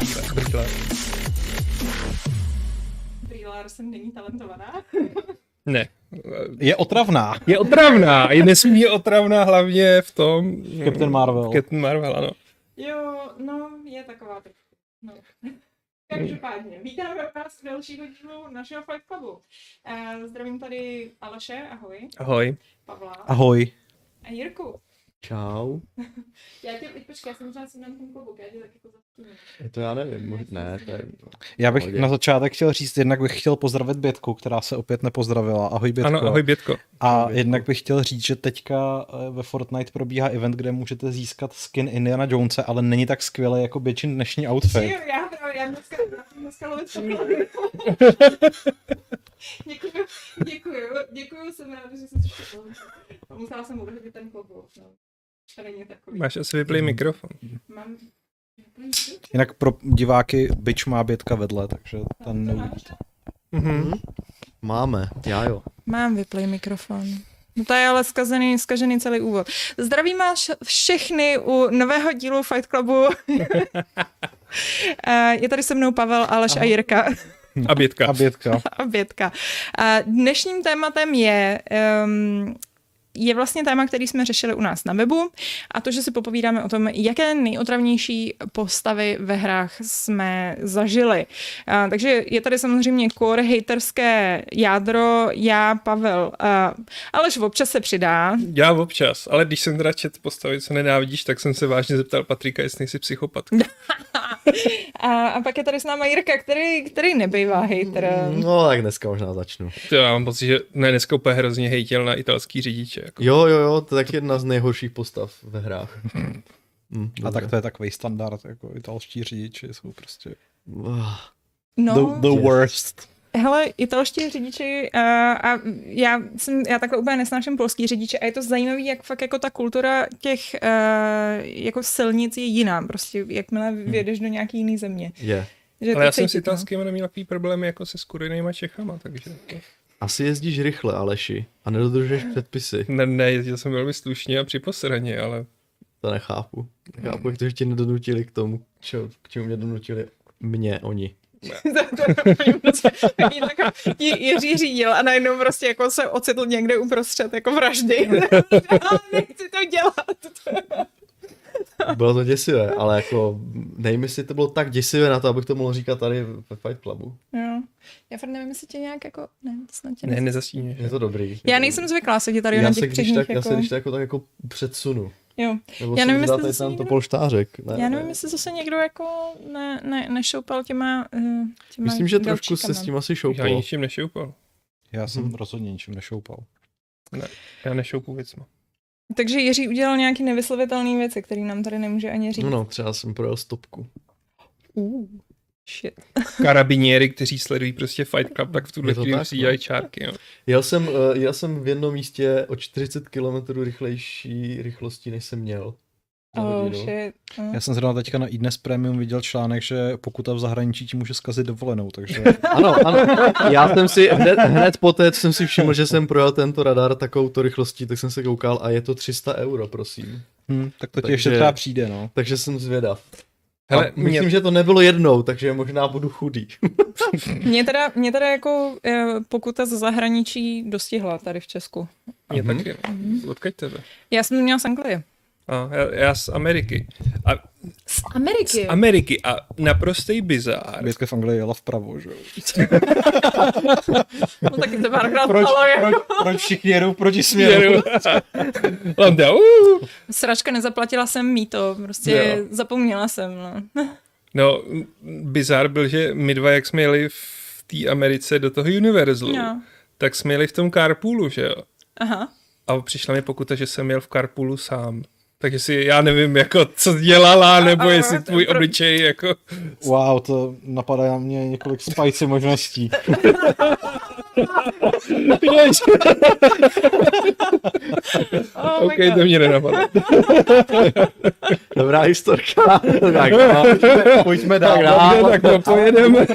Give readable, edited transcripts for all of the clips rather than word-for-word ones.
Larsen není talentovaná. Ne. Je otravná. Je otravná. Je nesmírně otravná hlavně v tom... Captain Marvel. Captain Marvel, ano. Jo, no, je taková trochu. No. Každopádně, vítáme vás v dalšího dílu našeho Fight Clubu. Zdravím tady Aleše, ahoj. Ahoj. Pavla. Ahoj. A Jirku. Čau. Já tě, počkej, já jsem možná si na tom klobouk, já tě tak jako zastíním. To já nevím, ne, to je... Já bych na začátek chtěl říct, jednak bych chtěl pozdravit Bětku, která se opět nepozdravila. Ahoj Bětko. Ano, ahoj Bětko. A jednak bych chtěl říct, že teďka ve Fortnite probíhá event, kde můžete získat skin Indiana Jonese, ale není tak skvělý jako Běčin dnešní outfit. Jo, já dneska lovit Děkuju, jsem ráda, že jsi to šlo. Musela jsem uvrhnout ten klobouk, no. To není takový. Máš asi vyplý mikrofon. Mám... Jinak pro diváky Bič má Bětka vedle, takže ten neuvidíte. Máme, já jo. Mám vyplay mikrofon. No to je ale zkažený celý úvod. Zdravím vás všechny u nového dílu Fight Clubu. Je tady se mnou Pavel, Aleš a Jirka. A Bětka. A Bětka. Dnešním tématem je vlastně téma, který jsme řešili u nás na webu, a to, že si popovídáme o tom, jaké nejotravnější postavy ve hrách jsme zažili. Takže je tady samozřejmě core haterské jádro, já, Pavel, Aleš občas se přidá. Já občas, ale když jsem teda čet postavy, co nenávidíš, tak jsem se vážně zeptal Patrika, jestli nejsi psychopat. A pak je tady s náma Jirka, který nebejvá hater. No tak dneska možná začnu. To já mám pocit, že dneska úplně hrozně hejtěl na italský řidiče. Jako. Jo, to je tak jedna z nejhorších postav ve hrách. A tak to je takový standard, jako italští řidiči jsou prostě No, the worst. Hele, italští řidiči a já takhle úplně nesnáším polský řidiče a je to zajímavý, jak fakt jako ta kultura těch jako silnic je jiná, prostě jakmile vyjedeš do nějaký jiný země. Je. Že Ale já jsem s italskými neměl takový problémy jako se skurynejma Čechama, takže... Asi jezdíš rychle, Aleši, a nedodržuješ předpisy. Ne, jezdil jsem velmi slušně a při posraně, ale... To nechápu. Nechápu, jak to, že tě nedonutili k tomu, k čemu mě donutili oni. Jiří řídil a najednou prostě jako se ocitl někde uprostřed jako vraždy. Nechci to dělat. Bylo to děsivé, ale jako nevím, jestli to bylo tak děsivé na to, abych to mohl říkat tady ve Fight Clubu. Jo. Já fakt nevím, jestli tě nějak jako... Ne, nezastíněš. Je to dobrý. Já nejsem zvyklá sedět tady na těch předních jako... Já se když tak jako předsunu. Jo. Nebo já nevím, jestli tady tam to polštářek. Já nevím, jestli zase někdo jako nešoupal těma Myslím, že trošku se s tím asi šoupal. Já ničím nešoupal. Já jsem rozhodně ničím nešoupal. Ne, já nešoupu věcma. Takže Jiří udělal nějaký nevyslovitelný věci, který nám tady nemůže ani říct. No, třeba jsem projel stopku. Shit. Karabinieri, kteří sledují prostě Fight Club, tak v tuhle chvíli si dělají čárky. Jo. Jel jsem v jednom místě o 40 km rychlejší rychlostí, než jsem měl. Shit. Já jsem zrovna teďka na iDnes Premium viděl článek, že pokuta v zahraničí ti může zkazit dovolenou, takže... Ano. Já jsem si hned poté, co jsem si všiml, že jsem projel tento radar takovouto rychlostí, tak jsem se koukal a je to 300 €, prosím. Tak to ti ještě třeba přijde, no. Takže jsem zvědav. Hele, myslím, že to nebylo jednou, takže možná budu chudý. Mě teda jako pokuta ze zahraničí dostihla tady v Česku. Mě taky. Odkaď tebe? Já jsem měla z Anglie. Já z Ameriky. Z Ameriky? Z Ameriky a naprostý bizár. Bětka v Anglii jela vpravo, že jo? No taky to párkrát stalo. Proč všichni jedou proti směru? Sračka, nezaplatila jsem mýto, prostě zapomněla jsem, no. No, bizár byl, že my dva, jak jsme jeli v té Americe do toho Universalu, tak jsme jeli v tom carpoolu, že jo? Aha. A přišla mi pokuta, že jsem jel v carpoolu sám. Takže si, já nevím, jako, co dělala, nebo jestli tvůj obličej, jako... Wow, to napadá na mě několik spicy možností. OK, to mě nenapadlo. Dobrá historka. Tak, pojďme dál. Tak pojedeme.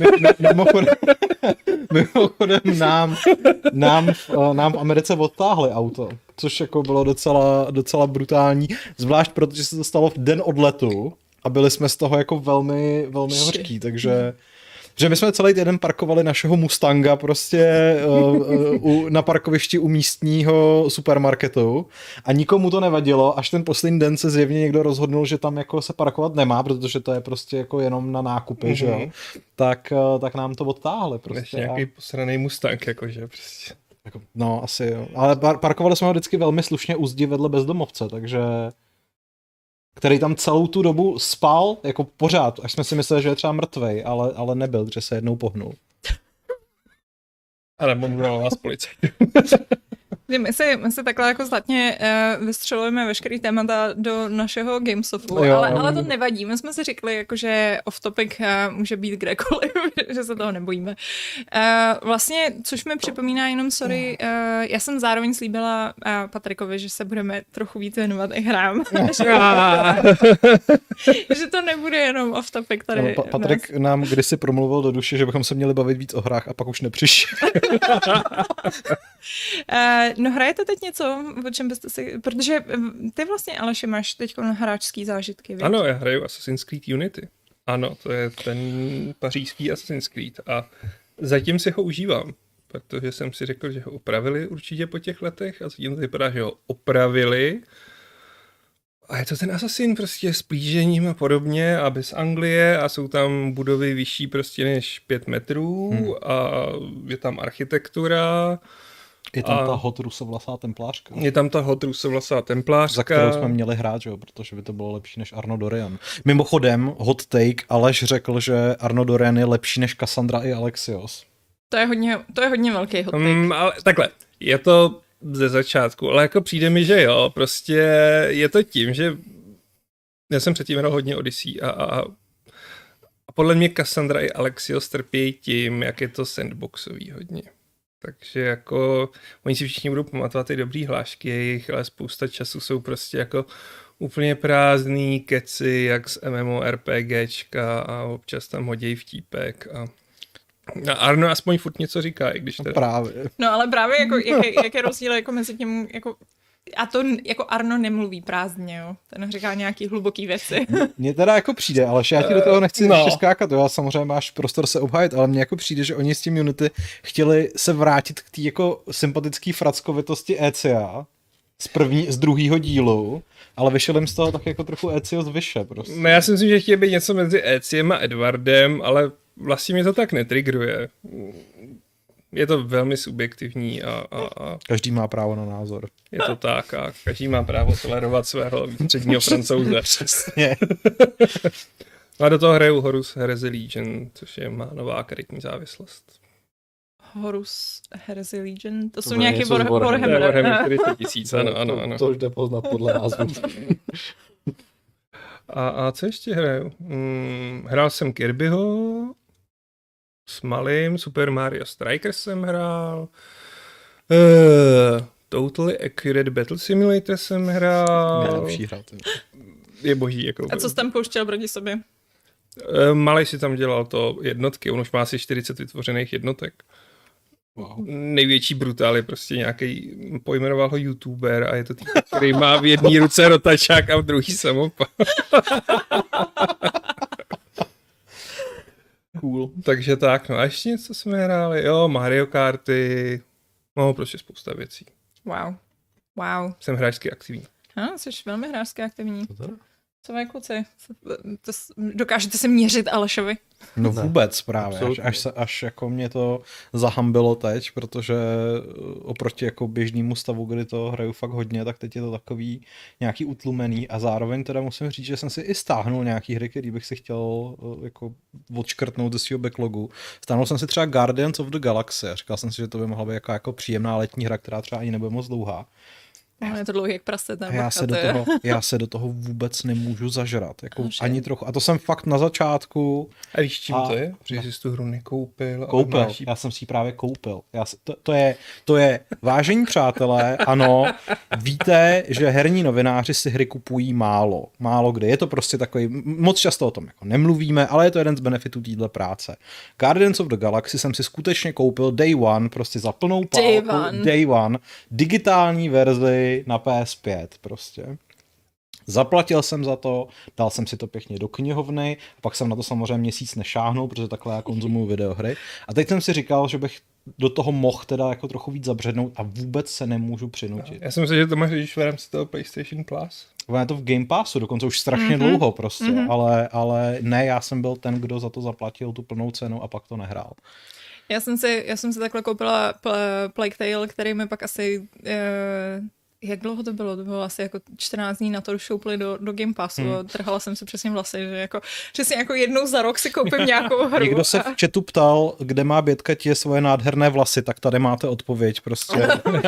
Mimochodem nám v Americe odtáhli auto, což jako bylo docela brutální, zvlášť protože se to stalo v den odletu a byli jsme z toho jako velmi, velmi hořký, takže že my jsme celý týden parkovali našeho Mustanga prostě na parkovišti u místního supermarketu a nikomu to nevadilo, až ten poslední den se zjevně někdo rozhodnul, že tam jako se parkovat nemá, protože to je prostě jako jenom na nákupy, že jo, tak nám to odtáhli prostě. Ještě nějaký posranej Mustang, jakože prostě. No, asi jo. Ale parkovali jsme ho vždycky velmi slušně u zdi vedle bezdomovce, takže který tam celou tu dobu spal, jako pořád, až jsme si mysleli, že je třeba mrtvej, ale nebyl, že se jednou pohnul. Ale bomboval vás policajt. My se takhle jako zlatně vystřelujeme veškerý témata do našeho Gamesofu, Jo, ale to nevadí. My jsme si řekli, jako, že off-topic může být kdekoliv, že se toho nebojíme. Vlastně, což mi připomíná jenom, sorry, já jsem zároveň slíbila Patrikovi, že se budeme trochu víc věnovat i hrám. Že to nebude jenom off-topic tady. Patrik nám kdysi promluvil do duše, že bychom se měli bavit víc o hrách a pak už nepřišel. No hrajete teď něco, o čem byste si... Protože ty vlastně, Aleši, máš teď hráčský zážitky, víš? Ano, já hraju Assassin's Creed Unity. Ano, to je ten pařížský Assassin's Creed a zatím si ho užívám, protože jsem si řekl, že ho opravili určitě po těch letech a zatím to vypadá, že ho opravili. A je to ten Assassin prostě s plížením a podobně a bez Anglie a jsou tam budovy vyšší prostě než 5 metrů a je tam architektura. Je tam ta hot rusovlasá templářka. Je tam ta hot rusovlasá templářka. Za kterou jsme měli hrát, že jo, protože by to bylo lepší než Arno Dorian. Mimochodem, hot take, Aleš řekl, že Arno Dorian je lepší než Cassandra i Alexios. To je hodně velký hot take. Ale takhle, je to ze začátku, ale jako přijde mi, že jo, prostě je to tím, že já jsem předtím hrál hodně Odyssey a podle mě Cassandra i Alexios trpí tím, jak je to sandboxový hodně. Takže jako oni si všichni budou pamatovat ty dobrý hlášky jejich, ale spousta času jsou prostě jako úplně prázdný keci, jak z MMORPGčka a občas tam hoděj vtípek a Arno aspoň furt něco říká, i když teda... Právě. No ale právě jako, jak je rozdíl jako mezi tím, jako, a to jako Arno nemluví prázdně, jo. Ten říká nějaký hluboký věci. Mně teda jako přijde, ale já ti do toho nechci skákat, jo. Samozřejmě máš prostor se obhájit, ale mně jako přijde, že oni s tím Unity chtěli se vrátit k té jako sympatické frackovitosti ECA z druhého dílu, ale vyšel jim z toho tak jako trochu Ezio zvyše prostě. No já si myslím, že chtějí být něco mezi Eziem a Edwardem, ale vlastně mě to tak netrigruje. Je to velmi subjektivní a... Každý má právo na názor. Je to tak a každý má právo tolerovat svého středního Francouze. Přesně. A do toho hraju Horus Heresy Legion, což je má nová karetní závislost. Horus Heresy Legion? To jsou nějaký Warhammer. Warhammer 40 000, ano. To už jde poznat podle názvu. A co ještě hraju? Hrál jsem Kirbyho s malým, Super Mario Strikers jsem hrál, Totally Accurate Battle Simulator jsem hrál. Nejlepší hra. Je boží. Jako. A co jsi tam pouštěl proti sobě? Malej si tam dělal to jednotky, on už má asi 40 vytvořených jednotek. Wow. Největší brutál je prostě nějaký, pojmenoval ho YouTuber a je to týpek, který má v jedné ruce rotačák a v druhý samopal. Cool. Takže tak, no a ještě něco jsme hráli, jo, Mario Karty, no prostě spousta věcí. Wow. Jsem hráčsky aktivní. Jsi velmi hráčsky aktivní. Co vy kluci? Dokážete se měřit Alešovi? No vůbec právě, až jako mě to zahambilo teď, protože oproti jako běžnému stavu, kdy to hraju fakt hodně, tak teď je to takový nějaký utlumený a zároveň teda musím říct, že jsem si i stáhnul nějaký hry, který bych si chtěl jako odškrtnout ze svého backlogu. Stáhnul jsem si třeba Guardians of the Galaxy a říkal jsem si, že to by mohla být jako příjemná letní hra, která třeba ani nebude moc dlouhá. Je to dlouhý jak prase. Já se do toho vůbec nemůžu zažrat. Jako ani trochu. A to jsem fakt na začátku. A víš, čím to je? Protože jsi tu hru nekoupil. Já jsem si ji právě koupil. To je, vážení přátelé, ano, víte, že herní novináři si hry kupují málo kdy. Je to prostě takový, moc často o tom jako nemluvíme, ale je to jeden z benefitů téhle práce. Guardians of the Galaxy jsem si skutečně koupil day one, prostě za plnou pálku, day one, digitální verzi na PS5 prostě. Zaplatil jsem za to, dal jsem si to pěkně do knihovny, a pak jsem na to samozřejmě měsíc nešáhnul, protože takhle já konzumuju videohry. A teď jsem si říkal, že bych do toho mohl teda jako trochu víc zabřednout a vůbec se nemůžu přinutit. Já si myslím, že to máš když v rámci toho PlayStation Plus. Ono je to v Game Passu, dokonce už strašně dlouho prostě, ale ne, já jsem byl ten, kdo za to zaplatil tu plnou cenu a pak to nehrál. Já jsem si takhle koupila Plague Tale, který mi pak asi... jak dlouho to bylo? To bylo asi jako 14 dní na to šoupli do Game Passu a trhala jsem si přesně vlasy, že jako přesně jako jednou za rok si koupím nějakou hru. Někdo se v chatu ptal, kde má Bětka tě svoje nádherné vlasy, tak tady máte odpověď prostě.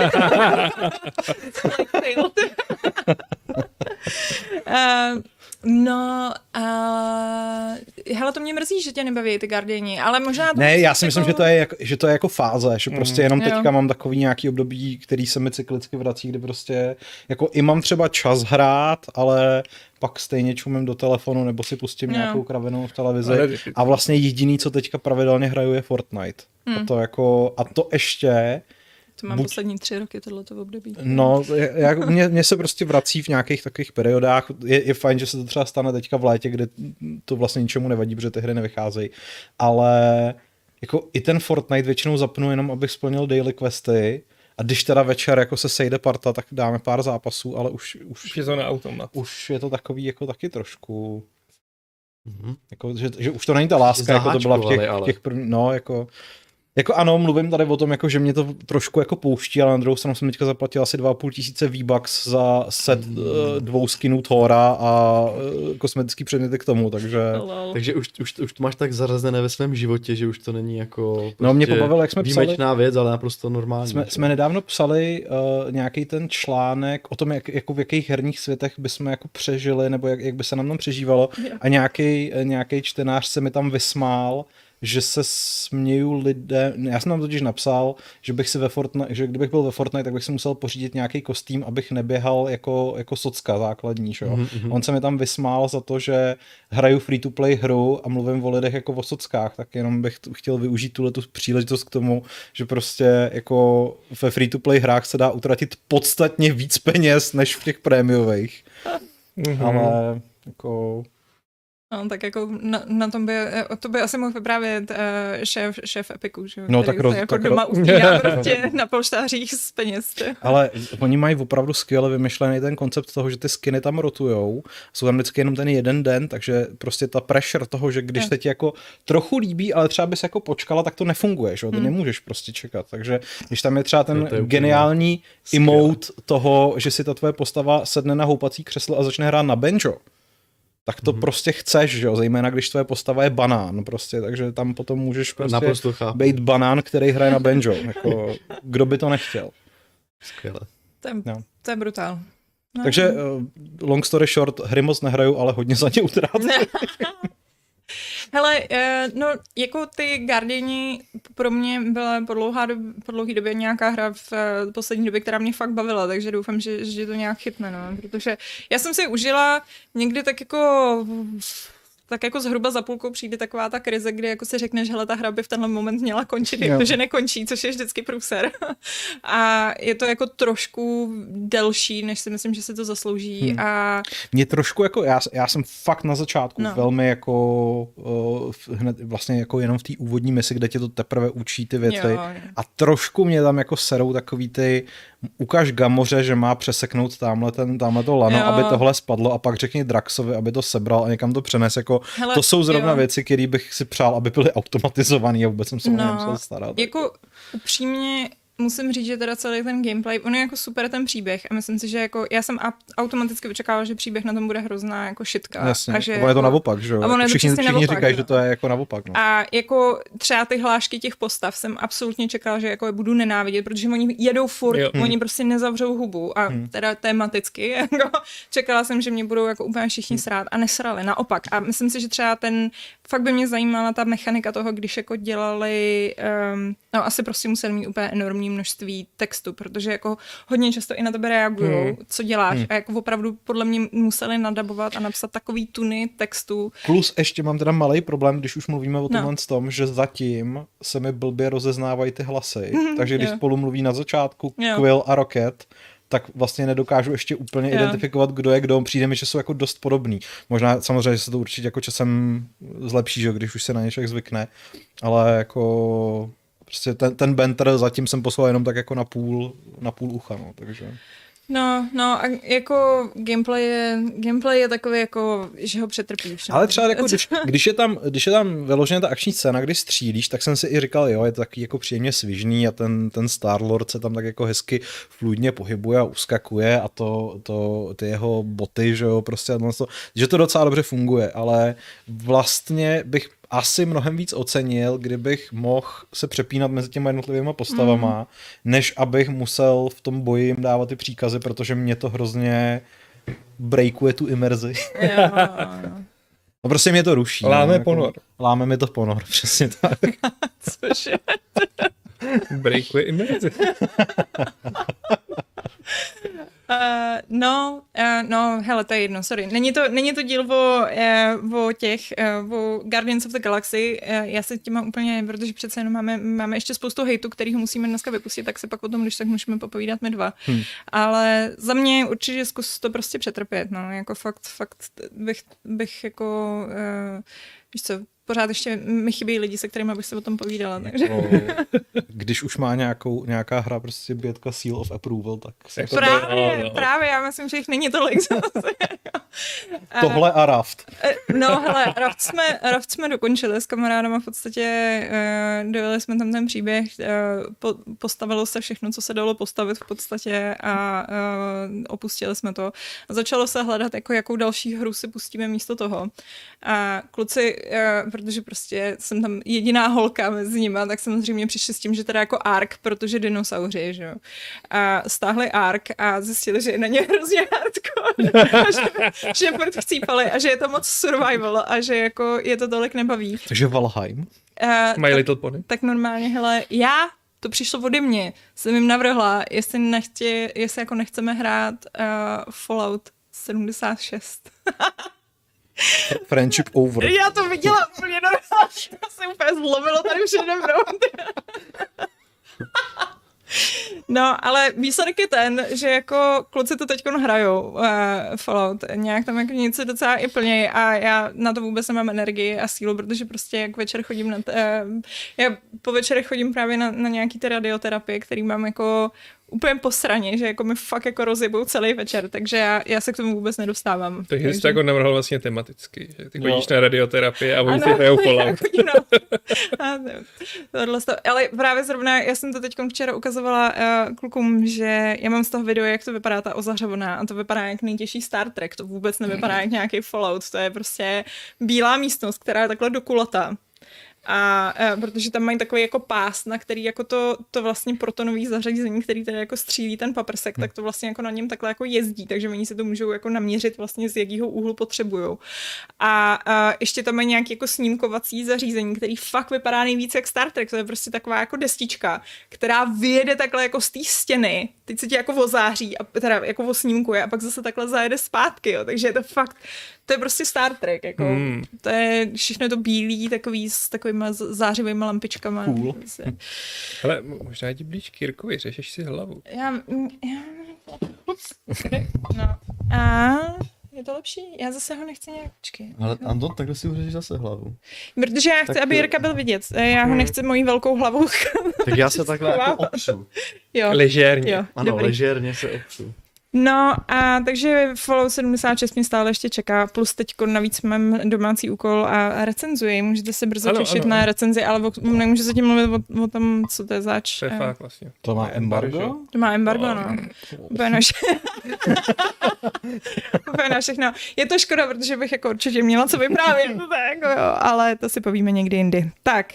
Hele, to mě mrzí, že tě nebaví ty Guardiani, ale možná... Ne, já si myslím, že to je jako fáze, že prostě jenom teďka mám takový nějaký období, který se mi cyklicky vrací, kdy prostě jako i mám třeba čas hrát, ale pak stejně čumím do telefonu nebo si pustím nějakou kravinu v televizi a vlastně jediný, co teďka pravidelně hraju, je Fortnite. A to ještě... To mám poslední 3 roky tohleto období. No, mě se prostě vrací v nějakých takových periodách. Je fajn, že se to třeba stane teďka v létě, kdy to vlastně ničemu nevadí, protože ty hry nevycházejí. Ale jako i ten Fortnite většinou zapnu jenom, abych splnil daily questy. A když teda večer jako se sejde parta, tak dáme pár zápasů, ale už je to na automat. Už je to takový jako taky trošku... Jako, že už to není ta láska, jako to byla v těch prvních... No, jako ano, mluvím tady o tom, jako, že mě to trošku jako pouští, ale na druhou stranu jsem teďka zaplatil asi 2,5 tisíce V-Bucks za set 2 skinů Thora a kosmetický předměty k tomu, takže... Takže už to máš tak zařazené ve svém životě, že už to není jako prostě no, mě pobavilo, jak jsme výjimečná věc, ale naprosto normální. Jsme nedávno psali nějaký ten článek o tom, jako v jakých herních světech bychom jako přežili, nebo jak by se nám tam přežívalo a nějaký čtenář se mi tam vysmál, že se směju lidé, já jsem tam totiž napsal, že bych si že kdybych byl ve Fortnite, tak bych si musel pořídit nějaký kostým, abych neběhal jako socka základní, že jo. On se mi tam vysmál za to, že hraju free-to-play hru a mluvím o lidech jako o sockách, tak jenom bych chtěl využít tuhletu příležitost k tomu, že prostě jako ve free-to-play hrách se dá utratit podstatně víc peněz, než v těch prémiových. Ale jako... No, tak jako na tom to by asi mohl vyprávět šéf Epiku, že? No, který tak se jako doma upírá prostě na polštářích z peněz. Ale oni mají opravdu skvěle vymyšlený ten koncept toho, že ty skiny tam rotujou, jsou tam vždycky jenom ten jeden den, takže prostě ta pressure toho, že když se ti jako trochu líbí, ale třeba bys jako počkala, tak to nefunguje, že? Ty nemůžeš prostě čekat, takže když tam je třeba ten geniální emote toho, že si ta tvoje postava sedne na houpací křeslo a začne hrát na banjo, tak to prostě chceš, že jo, zejména když tvoje postava je banán prostě, takže tam potom můžeš prostě být banán, který hraje na banjo, jako kdo by to nechtěl. Skvěle. To je brutál. No. Takže long story short, hry moc nehraju, ale hodně za ně utrácím. Hele, no jako ty Guardiani pro mě byla po dlouhý době nějaká hra v poslední době, která mě fakt bavila, takže doufám, že to nějak chytne, no, protože já jsem si užila někdy tak jako zhruba za půlkou přijde taková ta krize, kdy jako si řekneš, hele, ta hra by v tenhle moment měla končit, protože nekončí, což je vždycky průser. A je to jako trošku delší, než si myslím, že se to zaslouží. A... Mě trošku jako, já jsem fakt na začátku velmi jako hned vlastně jako jenom v té úvodní misi, kde tě to teprve učí ty věci. A trošku mě tam jako serou takový ty ukaž Gamoře, že má přeseknout tamhle to lano, aby tohle spadlo a pak řekni Draxovi, aby to sebral a někam to přenes. Jako, hele, to jsou zrovna věci, které bych si přál, aby byly automatizované a vůbec jsem se o ně nemusel starat. Jako upřímně musím říct, že teda celý ten gameplay, on je jako super ten příběh a myslím si, že jako já jsem automaticky očekávala, že příběh na tom bude hrozná jako šitka. Jasně, a že je to naopak, že jo? Všichni říkají, že to je jako naopak. No. A jako třeba ty hlášky těch postav jsem absolutně čekala, že jako je budu nenávidět, protože oni jedou furt, oni prostě nezavřou hubu a teda tematicky jako čekala jsem, že mě budou jako úplně všichni srát a nesrali, naopak. A myslím si, že třeba fakt by mě zajímala ta mechanika toho, když jako dělali, asi prostě museli mít úplně enormní množství textu, protože jako hodně často i na tebe reagujou, co děláš a jako opravdu podle mě museli nadabovat a napsat takový tuny textu. Plus ještě mám teda malej problém, když už mluvíme o tomhle tom, že zatím se mi blbě rozeznávají ty hlasy, takže když spolu mluví na začátku Quill a Rocket, tak vlastně nedokážu ještě úplně identifikovat, kdo je kdo. Přijde mi, že jsou jako dost podobný. Možná samozřejmě, že se to určitě jako časem zlepší, že když už se na ně člověk zvykne, ale jako prostě ten banter zatím jsem poslal jenom tak jako na půl ucha, no, takže... No a jako gameplay je takový jako, že ho přetrpíš. Ale třeba jako, když je tam vyloženě ta akční scéna, kdy střílíš, tak jsem si i říkal, jo, je to taky jako příjemně svižný a ten Star-Lord se tam tak jako hezky fluidně pohybuje a uskakuje a ty jeho boty, že jo, prostě že to docela dobře funguje, ale vlastně bych asi mnohem víc ocenil, kdybych mohl se přepínat mezi těma jednotlivými postavama, než abych musel v tom boji jim dávat ty příkazy, protože mě to hrozně breakuje tu imerzi. Jo. No prostě mě to ruší. Láme ponor. Láme mi to ponor, přesně tak. Cože? Breakuje imerzi. No, hele, to je jedno, sorry. Není to díl o Guardians of the Galaxy. Já se tím mám úplně, protože přece jenom máme ještě spoustu hejtu, který ho musíme dneska vypustit, tak se pak o tom, když tak můžeme popovídat my dva. Ale za mě určitě zkus to prostě přetrpět, no, jako fakt bych jako, víš co, pořád ještě mi chybí lidi, se kterými bych se o tom povídala. Takže. Když už má nějaká hra prostě bětka Seal of Approval, tak... Právě, já myslím, že jich není tolik. Tohle a Raft. No hele, Raft jsme dokončili s kamarádama v podstatě, dojeli jsme tam ten příběh, postavilo se všechno, co se dalo postavit v podstatě a opustili jsme to. A začalo se hledat, jako jakou další hru si pustíme místo toho. A kluci, protože prostě jsem tam jediná holka mezi nima, tak samozřejmě přišli s tím, že teda jako Ark, protože dinosauři, že jo. A stáhli Ark a zjistili, že je na ně hrozně hardcore. že furt chcípali a že je to moc survival a že jako je to tolik nebaví. Takže Valheim? My Little Pony? Tak normálně, hele, to přišlo ode mě, jsem jim navrhla, jestli jako nechceme hrát Fallout 76. Friendship over. Já to viděla úplně normálně, to se úplně zlomilo tady přede mnou. No, ale výsledek je ten, že jako kluci to teďko hrajou Fallout, nějak tam jako něco docela i plněj a já na to vůbec nemám energii a sílu, protože prostě jak večer chodím já po večerech chodím právě na nějaký ty radioterapie, který mám jako úplně posraně, že jako mi fakt jako rozjebou celý večer, takže já se k tomu vůbec nedostávám. Takže jsi to jako navrhl vlastně tematicky, že ty chodíš na radioterapii a oni si hrajou Fallout. Ale právě zrovna, já jsem to teď včera ukazovala klukům, že já mám z toho video, jak to vypadá ta ozahřevaná a to vypadá jak nejtěžší Star Trek, to vůbec nevypadá jak nějaký Fallout, to je prostě bílá místnost, která je takhle dokulatá. A protože tam mají takový jako pás, na který jako to vlastně protonový zařízení, který tady jako střílí ten paprsek, tak to vlastně jako na něm takhle jako jezdí, takže oni si to můžou jako naměřit vlastně z jakýho úhlu potřebujou. A ještě tam mají nějaký jako snímkovací zařízení, který fakt vypadá nejvíc jak Star Trek, to je prostě taková jako destička, která vyjede takhle jako z té stěny, teď se ti jako ozáří a teda jako osnímkuje a pak zase takhle zajede zpátky, jo, takže je to fakt, to je prostě Star Trek, jako to je všechno to bílý, takový s takovýma zářivýma lampičkama. Cool. Ale možná jdi blíž Kirkovi, řešíš si hlavu. No. A je to lepší? Já zase ho nechci nějak, počkej. Ale Anton, takhle si uřešíš zase hlavu. Protože já chci, aby Jirka byl vidět. Já ho nechci mojí velkou hlavou. Tak já se takhle jako opřu. Jo. Ležérně. Jo, ano, dobrý. ležérně se opřu. No a takže Fallout 76 mě stále ještě čeká, plus teďko navíc mám domácí úkol a recenzuji. Můžete se brzo těšit na recenzi, ale nemůžu zatím mluvit o tom, co to je zač. To je fakt vlastně. To má embargo? To má embargo, no. Úplně na všechno. Je to škoda, protože bych jako určitě měla co vyprávět, jako jo, ale to si povíme někdy jindy. Tak,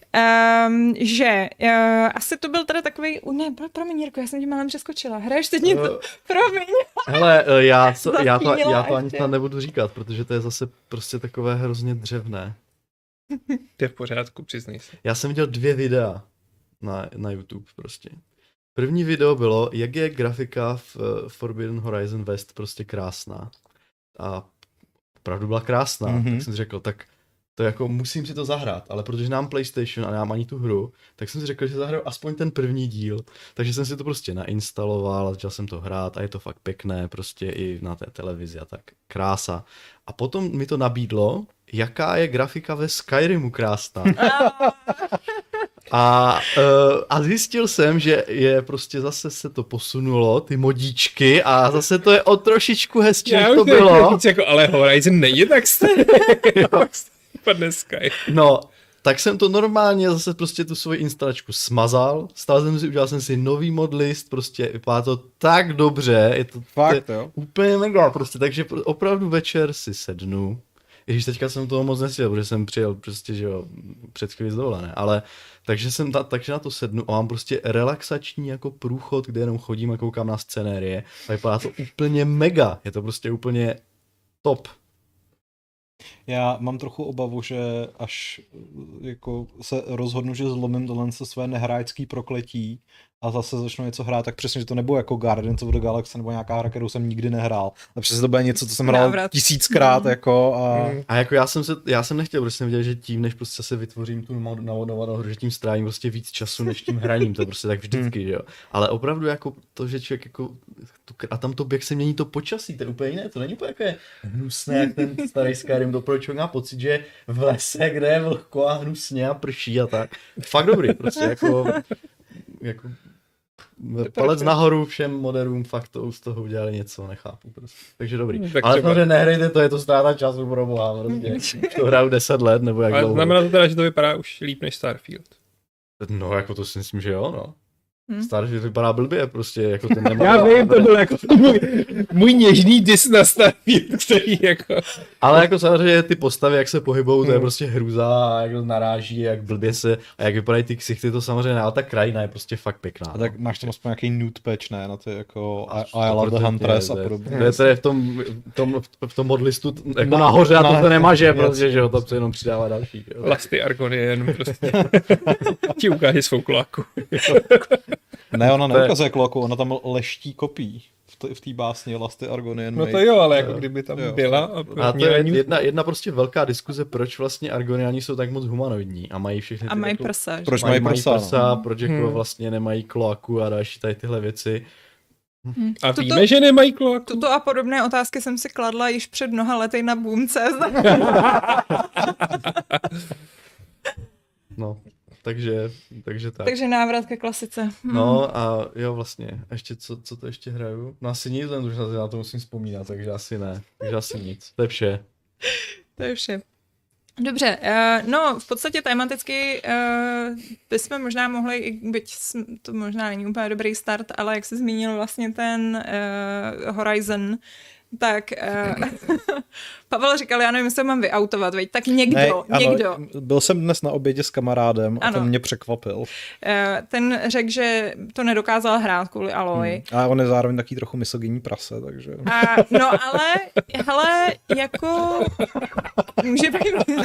asi to byl teda takovej, promiň Jirko, já jsem tě málem přeskočila. Hraješ teď něco? Promiň. Hele, já to ani snad nebudu říkat, protože to je zase prostě takové hrozně dřevné. To je v pořádku, přiznej se. Já jsem viděl 2 videa na YouTube prostě. První video bylo, jak je grafika v Forbidden Horizon West prostě krásná. A opravdu byla krásná, tak jsem si řekl, tak to jako musím si to zahrát, ale protože nám PlayStation a nemám ani tu hru, tak jsem si řekl, že zahraju aspoň ten první díl. Takže jsem si to prostě nainstaloval, začal jsem to hrát a je to fakt pěkné, prostě i na té televizi a tak. Krása. A potom mi to nabídlo, jaká je grafika ve Skyrimu krásná. A zjistil jsem, že je prostě zase se to posunulo, ty modíčky a zase to je o trošičku hezčí, než to bylo. Víc jako, ale Horizon není tak starý. Padne Sky. No, tak jsem to normálně zase prostě tu svoji instalačku smazal, udělal jsem si nový modlist, prostě vypadá to tak dobře, je to Fakt, jo? úplně mega prostě, takže opravdu večer si sednu, i když teďka jsem toho moc nestěl, protože jsem přijel prostě, že jo, před chvíli z dovolené, ale takže na to sednu a mám prostě relaxační jako průchod, kde jenom chodím a koukám na scenérie a vypadá to úplně mega, je to prostě úplně top. Já mám trochu obavu, že až jako se rozhodnu, že zlomím tohle své nehráčský prokletí a zase začnu něco hrát, tak přesně, že to nebude jako Guardians of the Galaxy nebo nějaká hra, kterou jsem nikdy nehrál. A přesně to bude něco, co jsem hrál 1000krát jako a jako já jsem nechtěl, protože jsem viděl, že tím, než prostě se vytvořím tu navodovanou hru, že tím strávím prostě víc času, než tím hraním, to je prostě tak vždycky, že jo. Ale opravdu jako to, že člověk jako a tam to, jak se mění to počasí, to je úplně jiné, to není úplně jako hnusné, jak ten starý Skyrim, to pro člověk má pocit, že v lese, kde je vlhko a hnusně a prší a tak. Fakt dobrý, prostě jako palec nahoru všem moderům, fakt to z toho udělali něco, nechápu prostě. Takže dobrý. Tak ale třeba nehrajte to, je to ztráta času pro boha, prostě. To hraju 10 let, nebo jak dlouho. Znamená to teda, že to vypadá už líp než Starfield. No, jako to si myslím, že jo, no. Starfield vypadá blbě, prostě, jako ten nemá. Já vím, to byl jako můj něžný dis na Starfield, který jako... Ale jako samozřejmě ty postavy, jak se pohybou, to je prostě hrůza, a jak to naráží, jak blbě se, a jak vypadají ty ksichty, to samozřejmě, ale ta krajina je prostě fakt pěkná. A tak máš tam aspoň nějaký nude patch, ne, na ty jako I Love the Huntress a podobně. To je tady v tom modlistu jako nahoře a to nemaže, protože, že jo, to jenom přidává další. Lasty Argonien prostě ti ukáže svou kloaku. Ne, ona neukazuje kloaku, ona tam leští kopí v té básni Lasty Argonien. No to jo, ale jako kdyby tam byla. A to je jedna prostě velká diskuze, proč vlastně Argoniani jsou tak moc humanoidní a mají všechny ty... A mají jako, prsa. Proč mají prsa, proč jako vlastně nemají kloaku a další tady tyhle věci. A víme, že nemají kloaku? Tuto a podobné otázky jsem si kladla již před mnoha lety na Boom.cz. No, takže tak. Takže návrat ke klasice. No a jo, vlastně, ještě co to ještě hraju? No asi nic, už na to musím vzpomínat, takže asi ne, takže asi nic, to je vše. To je vše. Dobře, no v podstatě tematicky bychom možná mohli, byť to možná není úplně dobrý start, ale jak jsi zmínil vlastně ten Horizon, tak Pavel říkal, já nevím, jestli mám vyautovat, veď, tak někdo. Byl jsem dnes na obědě s kamarádem a ten mě překvapil. Ten řekl, že to nedokázal hrát kvůli Aloy. A on je zároveň taky trochu misogynní prase, takže... No ale, hele, jako... Může být...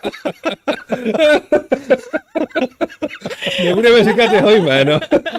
Nebudeme říkat jeho jméno.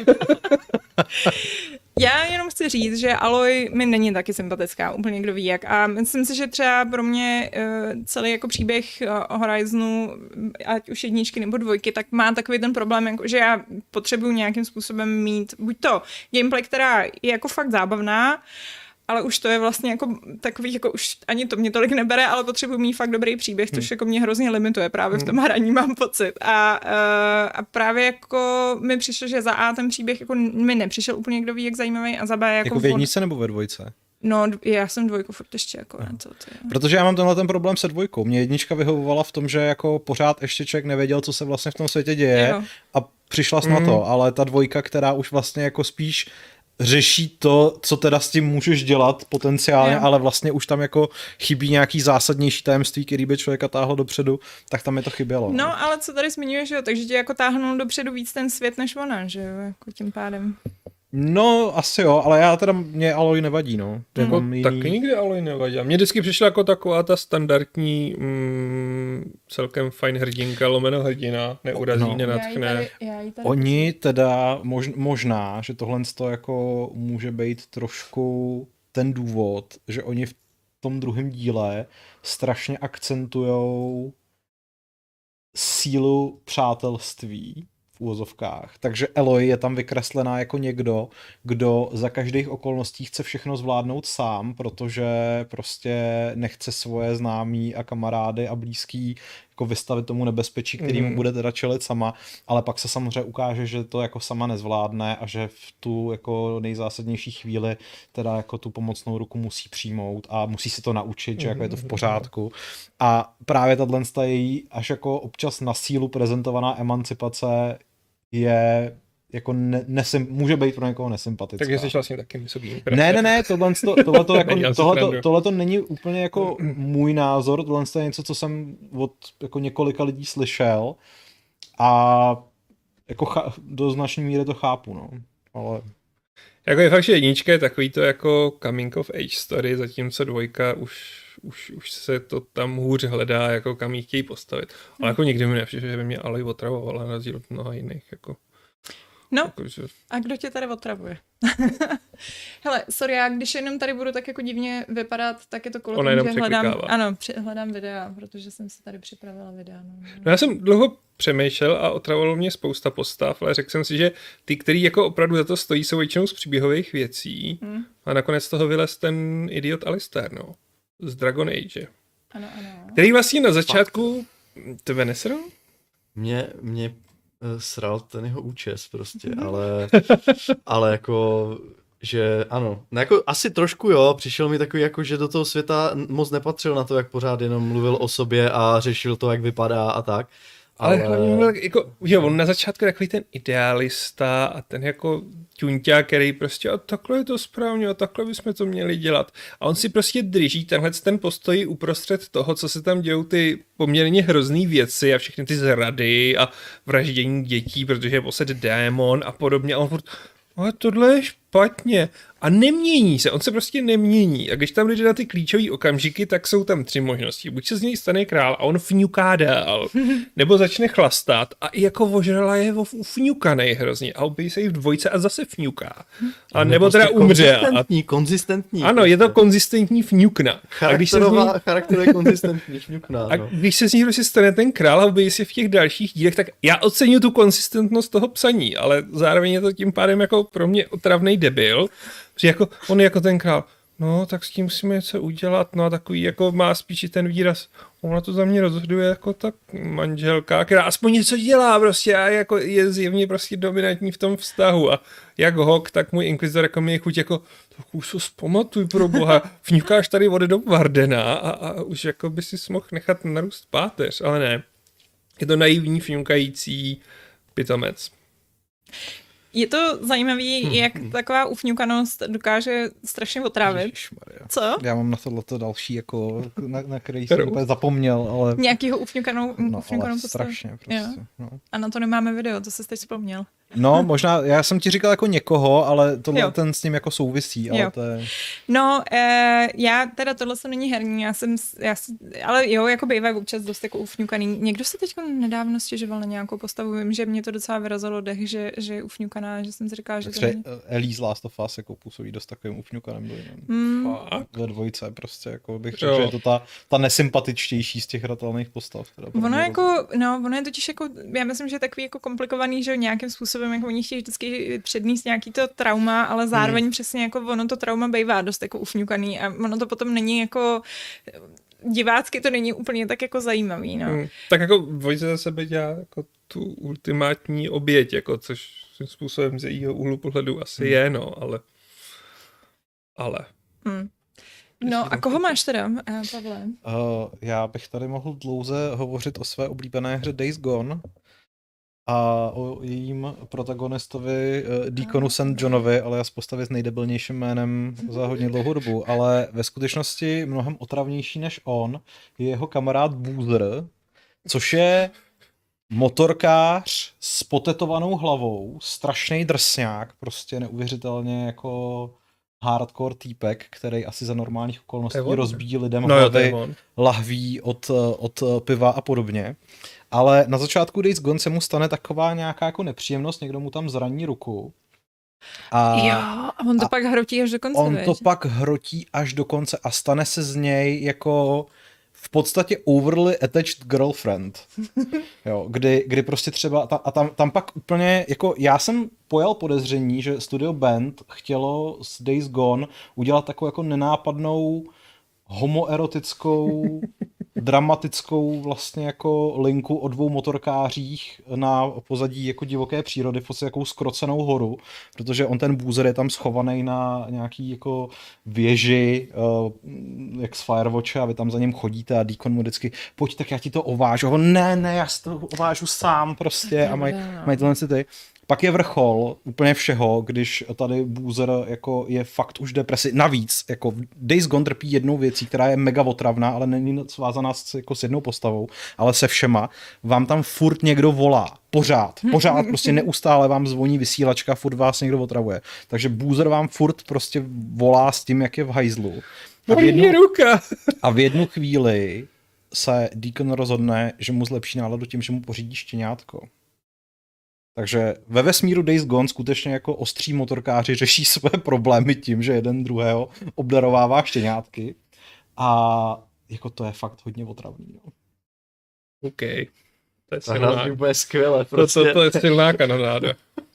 Já jenom chci říct, že Aloy mi není taky sympatická, úplně kdo ví jak. A myslím si, že třeba pro mě celý jako příběh Horizonu, ať už jedničky nebo dvojky, tak má takový ten problém, jako, že já potřebuji nějakým způsobem mít buď to gameplay, která je jako fakt zábavná, ale už to je vlastně jako takový, jako už ani to mě tolik nebere, ale potřebuji mít fakt dobrý příběh, což jako mě hrozně limituje právě v tom hraní, mám pocit. A právě jako mi přišlo, že za A ten příběh jako mi nepřišel úplně kdo ví jak zajímavý a za B jako... Jako v jedničce nebo ve dvojce? No, já jsem dvojku furt ještě jako na to. Protože já mám tenhle ten problém se dvojkou. Mě jednička vyhovovala v tom, že jako pořád ještě člověk nevěděl, co se vlastně v tom světě děje a přišla na to, ale ta dvojka, která už vlastně jako spíš řeší to, co teda s tím můžeš dělat potenciálně, ale vlastně už tam jako chybí nějaký zásadnější tajemství, který by člověka táhlo dopředu, tak tam je to chybělo. No, ale co tady zmiňuješ, jo, takže tě jako táhnul dopředu víc ten svět než ona, že jo, jako tím pádem. No, asi jo, ale já teda, mě Aloy nevadí, no. Jako taky nikdy Aloy nevadí. Mně vždycky přišla jako taková ta standardní celkem fajn hrdinka, lomeno hrdina, neurazí, nenatchne. Oni teda, možná, že tohle jako může být trošku ten důvod, že oni v tom druhém díle strašně akcentujou sílu přátelství v úvozovkách. Takže Eloy je tam vykreslená jako někdo, kdo za každých okolností chce všechno zvládnout sám, protože prostě nechce svoje známí a kamarády a blízký jako vystavit tomu nebezpečí, který mu bude teda čelit sama, ale pak se samozřejmě ukáže, že to jako sama nezvládne a že v tu jako nejzásadnější chvíli teda jako tu pomocnou ruku musí přijmout a musí se to naučit, že jako je to v pořádku. A právě tato její až jako občas na sílu prezentovaná emancipace je jako může být pro někoho nesympatická. Takže jsi vlastně taky nesobí. Ne, tohleto není úplně jako můj názor, tohle je něco, co jsem od jako několika lidí slyšel a jako do značné míry to chápu, no. Ale... Jako je fakt, že jednička je takový to jako coming of age story, zatímco dvojka už se to tam hůř hledá, jako kam jí chtějí postavit. Ale jako nikdy mi nepřišlo, že by mě Aloy otravovala na rozdíl od mnoha jiných, jako... No, jako, že... a kdo tě tady otravuje? Hele, sorry, já když jenom tady budu tak jako divně vypadat, tak je to kvůli tomu, že hledám videa, protože jsem si tady připravila videa. No já jsem dlouho přemýšlel a otravovalo mě spousta postav, ale řekl jsem si, že ty, který jako opravdu za to stojí, jsou většinou z příběhových věcí a nakonec z toho vylez ten idiot Alistair, no, z Dragon Age. Ano. Který vlastně na začátku tebe nesral? Mě sral ten jeho účes prostě, ale jako, že ano, no jako asi trošku jo, přišel mi takový jako, že do toho světa moc nepatřil na to, jak pořád jenom mluvil o sobě a řešil to, jak vypadá a tak. Ale hlavně byl jako, že on na začátku takový ten idealista a ten jako ťunťák, který prostě a takhle je to správně a takhle bychom to měli dělat. A on si prostě drží tenhle ten postoj uprostřed toho, co se tam dějou ty poměrně hrozný věci a všechny ty zrady a vraždění dětí, protože je posed démon a podobně. A on furt, ale tohle je špatně. A nemění se, on se prostě nemění. A když tam jde na ty klíčové okamžiky, tak jsou tam 3 možnosti. Buď se z něj stane král a on fňuká dál, nebo začne chlastat a i jako ožrala je ufňukanej hrozně a objeví se jí v dvojce a zase fňuká. A nebo teda umře. Konzistentní. Ano, je to konzistentní fňukna. Charakter je konzistentní fňukna. A když se z ní prostě stane ten král a objeví se v těch dalších dílech, tak já oceňuji tu konzistentnost toho psaní, ale zároveň je to tím pádem jako pro mě otravnej debil, že jako, on jako ten král, no tak s tím musíme něco udělat, no a takový jako má spíš ten výraz, ona to za mě rozhoduje jako tak manželka, která aspoň něco dělá prostě a jako je zjevně prostě dominantní v tom vztahu a jak Hawk, tak můj inkvizor jako mě chuť jako, tak už se vzpamatuj pro boha, vňukáš tady vody do Vardena a už jako by si mohl nechat narůst páteř, ale ne. Je to naivní fňukající pitomec. Je to zajímavý, jak taková ufňukanost dokáže strašně otrávit. Ježišmarja. Co? Já mám na tohleto další, jako, na který jsem úplně zapomněl, ale... Nějakýho ufňukanou ale strašně prostě. No. A na to nemáme video, to jsi teď vzpomněl. No, možná, já jsem ti říkal jako někoho, ale tohle ten s ním jako souvisí, ale to je... No, já teda tohle se není herní, ale jo, jako bývají občas dost jako ufňukaný. Někdo se teď nedávno stěžoval na nějakou postavu, vím, že mě to docela vyrazilo dech, že je ufňukaná, že jsem si říkala, že to není... Ellie z Last of Us jako působí dost takovým ufňukaným dojmem. Ve dvojce prostě, jako bych řekl, že je to ta nesympatičtější z těch hratelných postav. Teda ono je totiž jako, já myslím, že je takový jako komplikovaný, že nějakým způsobem jako oni chtějí vždycky přednést nějaký to trauma, ale zároveň přesně jako ono to trauma bývá dost jako ufňukaný a ono to potom není jako divácky to není úplně tak jako zajímavý, no. Tak jako dvojce za sebe dělá jako tu ultimátní oběť, jako což svým způsobem z jejího úhlu pohledu asi je, no, ale. No a koho máš teda, Pavle? Já bych tady mohl dlouze hovořit o své oblíbené hře Days Gone a o jejím protagonistovi Deaconu St. Johnovi, ale já z postavy s nejdebilnějším jménem za hodně dlouhou dobu, ale ve skutečnosti mnohem otravnější než on je jeho kamarád Boozer, což je motorkář s potetovanou hlavou, strašný drsňák, prostě neuvěřitelně jako hardcore týpek, který asi za normálních okolností rozbíjí lidem hlavy, lahví od piva a podobně. Ale na začátku Days Gone se mu stane taková nějaká jako nepříjemnost, někdo mu tam zraní ruku. A on to pak hrotí až do konce. On to pak hrotí až do konce a stane se z něj jako v podstatě overly attached girlfriend. Jo, kdy prostě třeba, a tam pak úplně, jako já jsem pojal podezření, že Studio Band chtělo s Days Gone udělat takovou jako nenápadnou homoerotickou, dramatickou vlastně jako linku o dvou motorkářích na pozadí jako divoké přírody, v podstatě jakou skrocenou horu, protože on ten Boozer je tam schovaný na nějaký jako věži, jak z Firewatche, a vy tam za ním chodíte a Deacon mu vždycky, pojď, tak já ti to ovážu. Ne, já si to ovážu sám prostě a mají tohle ty. Pak je vrchol úplně všeho, když tady Boozer jako je fakt už depresi. Navíc, jako Days Gone trpí jednou věcí, která je mega otravná, ale není svázaná jako s jednou postavou, ale se všema. Vám tam furt někdo volá. Pořád, prostě neustále vám zvoní vysílačka, furt vás někdo otravuje. Takže Boozer vám furt prostě volá s tím, jak je v hajzlu. A v jednu chvíli se Deacon rozhodne, že mu zlepší náladu tím, že mu pořídí štěňátko. Takže ve vesmíru Days Gone skutečně jako ostří motorkáři řeší své problémy tím, že jeden druhého obdarovává štěňátky. A jako to je fakt hodně otravný. No. OK. To je silná. To bude skvěle. Prostě. To je silná kanonáda.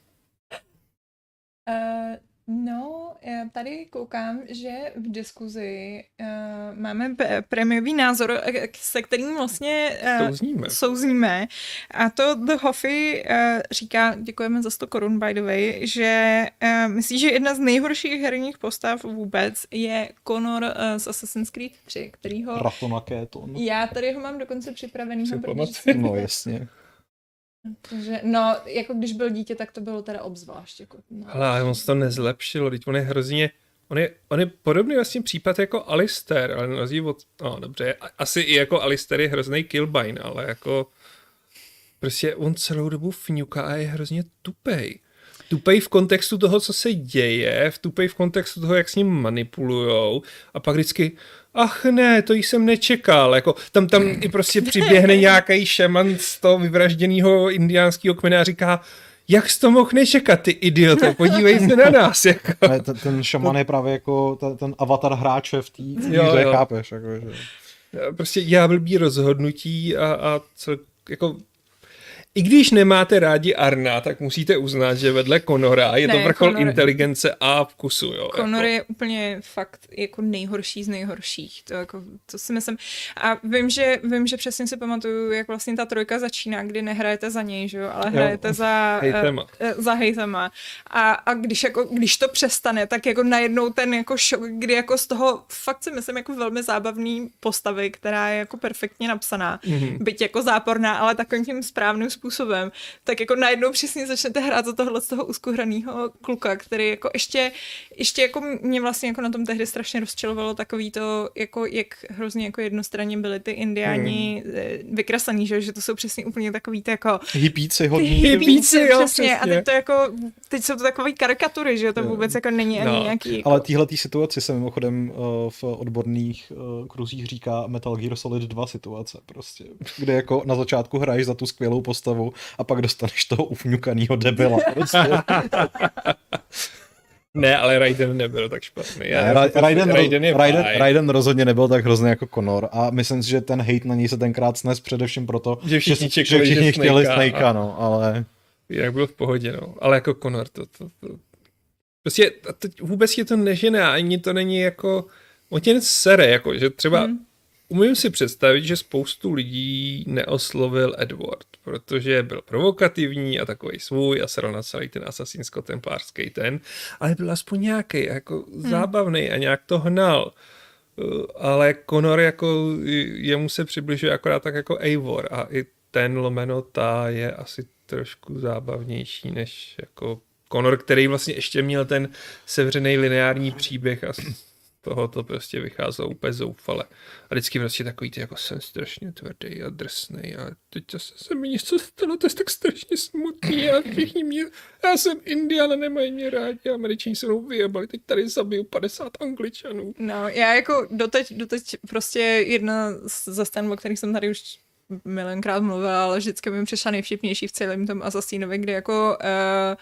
No, já tady koukám, že v diskuzi máme prémiový názor, se kterým vlastně souzníme. A to The Hoffy říká, děkujeme za 100 korun, by the way, že myslí, že jedna z nejhorších herních postav vůbec je Connor z Assassin's Creed 3, kterýho... Ratonakéton. Já tady ho mám dokonce připravenýho. No jasně. Takže, no, jako když byl dítě, tak to bylo teda obzvlášť. Jako, no. Ale on se to nezlepšilo, teď on je hrozně, on je podobný vlastně případ jako Alistair, ale nazýv od, no dobře, asi i jako Alistair je hrozný killbane, ale jako prostě on celou dobu fňuká a je hrozně tupej. Tupej v kontextu toho, co se děje, tupej v kontextu toho, jak s ním manipulujou a pak vždycky ach ne, to jsem nečekal, jako tam i prostě přiběhne nějaký šaman z toho vyvražděného indiánského kmene a říká, jak jsi to mohl nečekat, ty idioto, podívej se na nás, jako. Ten šaman je právě jako ten avatar hráče v té hře, chápeš, jako, že... Prostě dělá blbý rozhodnutí a jako i když nemáte rádi Arna, tak musíte uznat, že vedle Connora je to vrchol inteligence a vkusu. Jo, Connor jako. je úplně fakt jako nejhorší z nejhorších. To si myslím. A vím, že přesně si pamatuju, jak vlastně ta trojka začíná, kdy nehrajete za něj, že jo, ale hrajete za hejtema. A když to přestane, tak jako najednou ten jako šok, kdy jako z toho fakt si myslím jako velmi zábavný postavy, která je jako perfektně napsaná, byť jako záporná, ale takovým tím správným způsobem, tak jako najednou přesně začnete hrát za tohle z toho uskuhraného kluka, který jako ještě jako mě vlastně jako na tom tehdy strašně rozčilovalo takový to, jako jak hrozně jako jednostranně byli ty indiáni vykrasaný, že to jsou přesně úplně takový to jako hippíci hodně. Hippíci, přesně. A teď jsou to takové karikatury, že to vůbec jako není ani nějaký. Jako... Ale téhletý situaci se mimochodem v odborných kruzích říká Metal Gear Solid 2 situace prostě, kde jako na začátku hraješ za tu skvělou postavu a pak dostaneš toho ufňukanýho debila. Prostě. Ne, ale Raiden nebyl tak špatný. Raiden rozhodně nebyl tak hrozný jako Connor a myslím si, že ten hate na něj se tenkrát snes především proto, že všichni chtěli Snakea, no, ale... Jinak byl v pohodě, no. Ale jako Connor to... Prostě vůbec je to nežená, ani to není jako... On tě sere, jako, že třeba... Umím si představit, že spoustu lidí neoslovil Edward, protože byl provokativní a takovej svůj a sral na celý ten asasínsko-templářský ale byl aspoň nějaký jako zábavný a nějak to hnal. Ale Connor jako jemu se přibližuje akorát tak jako Eivor a i ten lomeno ta je asi trošku zábavnější než jako Connor, který vlastně ještě měl ten sevřený lineární příběh a toho to prostě vycházelo úplně zoufale. A vždycky prostě takový ty, jako jsem strašně tvrdý a drsnej a teď se mi něco stalo, to je tak strašně smutný a všichni mě, já jsem Indian a nemají mě rádi a Američani se mnou vyjebali, teď tady zabiju 50 Angličanů. No, já jako doteď prostě jedna ze scén, o kterých jsem tady už milionkrát mluvila, ale vždycky mi přišla nejvtipnější v celém tom Assassinovi, kdy jako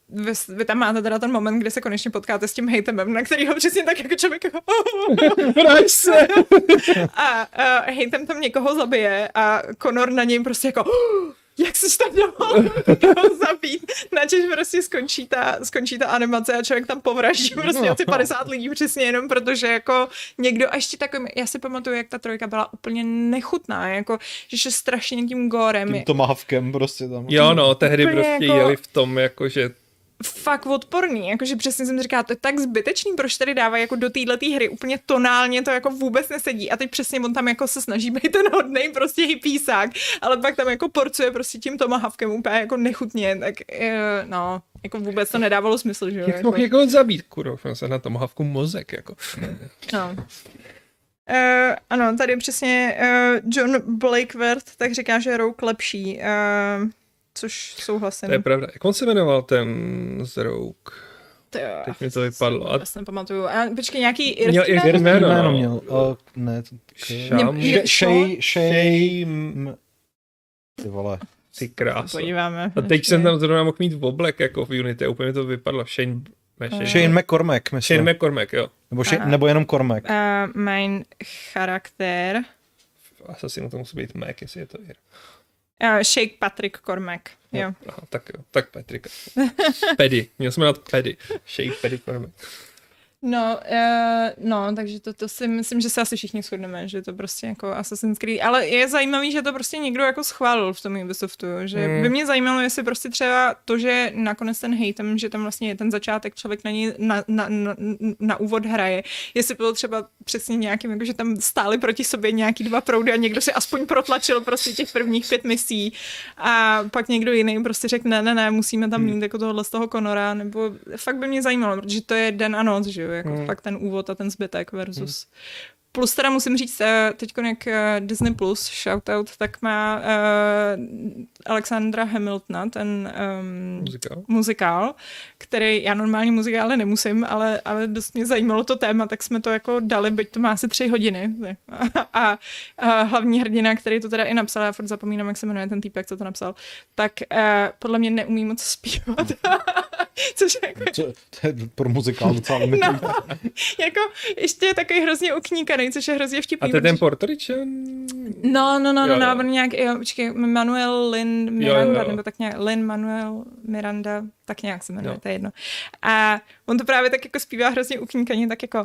vy tam máte teda ten moment, kdy se konečně potkáte s tím hejtemem, na kterýho přesně tak jako člověk jako Vrať se! a hejtem tam někoho zabije a Connor na něj prostě jako jak jsi tam domohl někoho zabít, načež prostě skončí ta animace a člověk tam povraždí prostě asi 50 lidí přesně jenom protože jako někdo a ještě takovým, já si pamatuju, jak ta trojka byla úplně nechutná, jako, že šlo strašně tím gorem. Tím tomahawkem prostě tam. Jo no, tehdy prostě jako jeli v tom jako, že fakt odporný, jakože přesně jsem říkala, to je tak zbytečný, proč tady dávají jako do téhletý hry úplně tonálně to jako vůbec nesedí a teď přesně on tam jako se snaží být ten hodnej prostě hippísák, ale pak tam jako porcuje prostě tím tomahawkem úplně jako nechutně, tak no, jako vůbec to nedávalo smysl, že jo. jak mohl někoho zabít, kurva, se na tomahawku mozek, jako. No. Ano, tady přesně John Blakeworth tak říká, že je Rogue lepší, což souhlasím. To je pravda. Jak on se jmenoval ten z Rogue? Teď mi to vypadlo. Já si nepamatuju. Počkej, nějaký Měl irský i jméno. Měl. Ne. Shay. Ty vole. Ty krása. Podíváme. A teď jsem tam zrovna mohl mít v Oblek jako v Unity a úplně mi to vypadlo. Shane McCormack, myslím. Shane McCormack, jo. Nebo jenom Cormac. Mein charakter. Asasinu to musí být Mac, jestli je to Ir. Shake Patrick Cormac, jo. Aha, tak Patrick. Paddy, měl jsem rád Paddy. Shake Paddy Cormac. No, takže to si myslím, že se asi všichni shodneme, že to prostě jako Assassin's Creed, ale je zajímavý, že to prostě někdo jako schválil v tom Ubisoftu, že by mě zajímalo, jestli prostě třeba to, že nakonec ten hejtem, že tam vlastně je ten začátek, člověk na něj na úvod hraje, jestli bylo třeba přesně nějakým, jako že tam stály proti sobě nějaký dva proudy a někdo si aspoň protlačil prostě těch prvních 5 misí a pak někdo jiný prostě řekl ne, musíme tam mít jako tohohle z toho Connora, nebo fakt by mě zajímalo, protože to je den a noc, že jo, jako fakt ten úvod a ten zbytek versus. Plus teda musím říct, teď jak Disney Plus, shoutout, tak má Alexandra Hamiltona, ten muzikál, který, já normálně muzikály nemusím, ale dost mě zajímalo to téma, tak jsme to jako dali, byť to má asi 3 hodiny. A hlavní hrdina, který to teda i napsal, já furt zapomínám, jak se jmenuje ten týpek, co to napsal, tak podle mě neumí moc zpívat. Což jako... To je pro muzikál docela limitujúce. Jako ještě je takový hrozně ukníkaný, což je hrozně vtipný. A to je ten Portoričan? No, nějak, počkej, Manuel Lin Miranda, nebo tak nějak, Lin Manuel Miranda, tak nějak se jmenuje, to je jedno. A on to právě tak jako zpívá hrozně ukníkaně, tak jako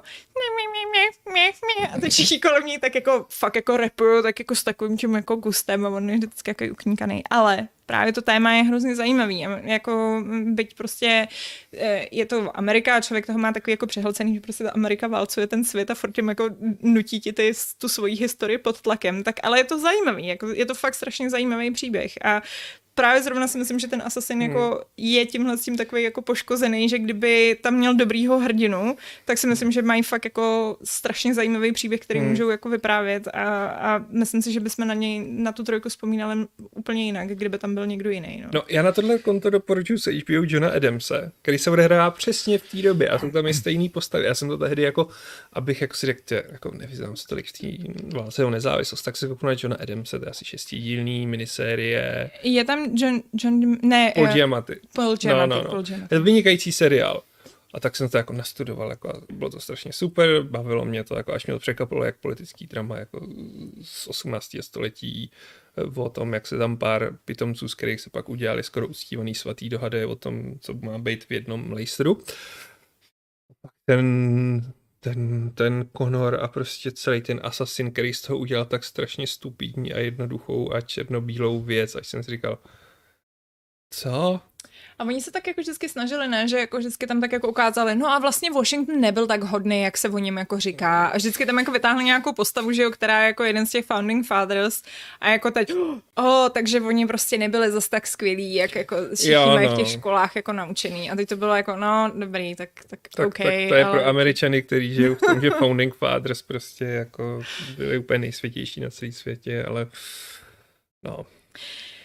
a teď všichni kolem něj tak jako fakt jako rapujou, tak jako s takovým tím jako gustem a on je vždycky jako ukníkaný, ale právě to téma je hrozně zajímavý. Jako byť prostě je to Amerika a člověk toho má takový jako přehlcený, že prostě ta Amerika válcuje ten svět a furt tím jako nutí ti tu svoji historii pod tlakem, tak ale je to zajímavý, jako je to fakt strašně zajímavý příběh a právě zrovna si myslím, že ten Assassin jako je tímhle s tím takový jako poškozený, že kdyby tam měl dobrýho hrdinu, tak si myslím, že mají fakt jako strašně zajímavý příběh, který můžou jako vyprávět a myslím si, že bychom na tu trojku vzpomínali úplně jinak, kdyby tam byl někdo jiný. No já na tohle konto doporučuji se HBO Johna Adamse, který se odehrává přesně v té době a jsou tam i stejný postavy. Já jsem to tehdy jako, abych jako si řekl, jako nevyznám se tolik v té válce o nezávislost, tak se kouknu na Johna Adamse, to je asi 6dílný minisérie. Je tam Paul Giamatti. Paul Giamatti. Je to vynikající seriál. A tak jsem to jako nastudoval, jako bylo to strašně super, bavilo mě to, jako až mě to překvapilo, jak politický drama jako z 18. století o tom, jak se tam pár pitomců, z kterých se pak udělali skoro uctívaný svatý dohady o tom, co má být v jednom lejstru. Ten Connor a prostě celý ten Assassin, který z toho udělal tak strašně stupidní a jednoduchou a černobílou věc, až jsem si říkal, co? A oni se tak jako vždycky snažili, ne, že jako vždycky tam tak jako ukázali, no a vlastně Washington nebyl tak hodný, jak se o něm jako říká. A vždycky tam jako vytáhli nějakou postavu, že jo, která je jako jeden z těch founding fathers a jako teď, takže oni prostě nebyli zas tak skvělí, jak jako všichni mají v těch školách jako naučený. A teď to bylo jako, no dobrý, tak OK. Tak to je pro Američany, kteří žijou v tom, že founding fathers prostě jako byli úplně nejsvětější na celém světě, ale no.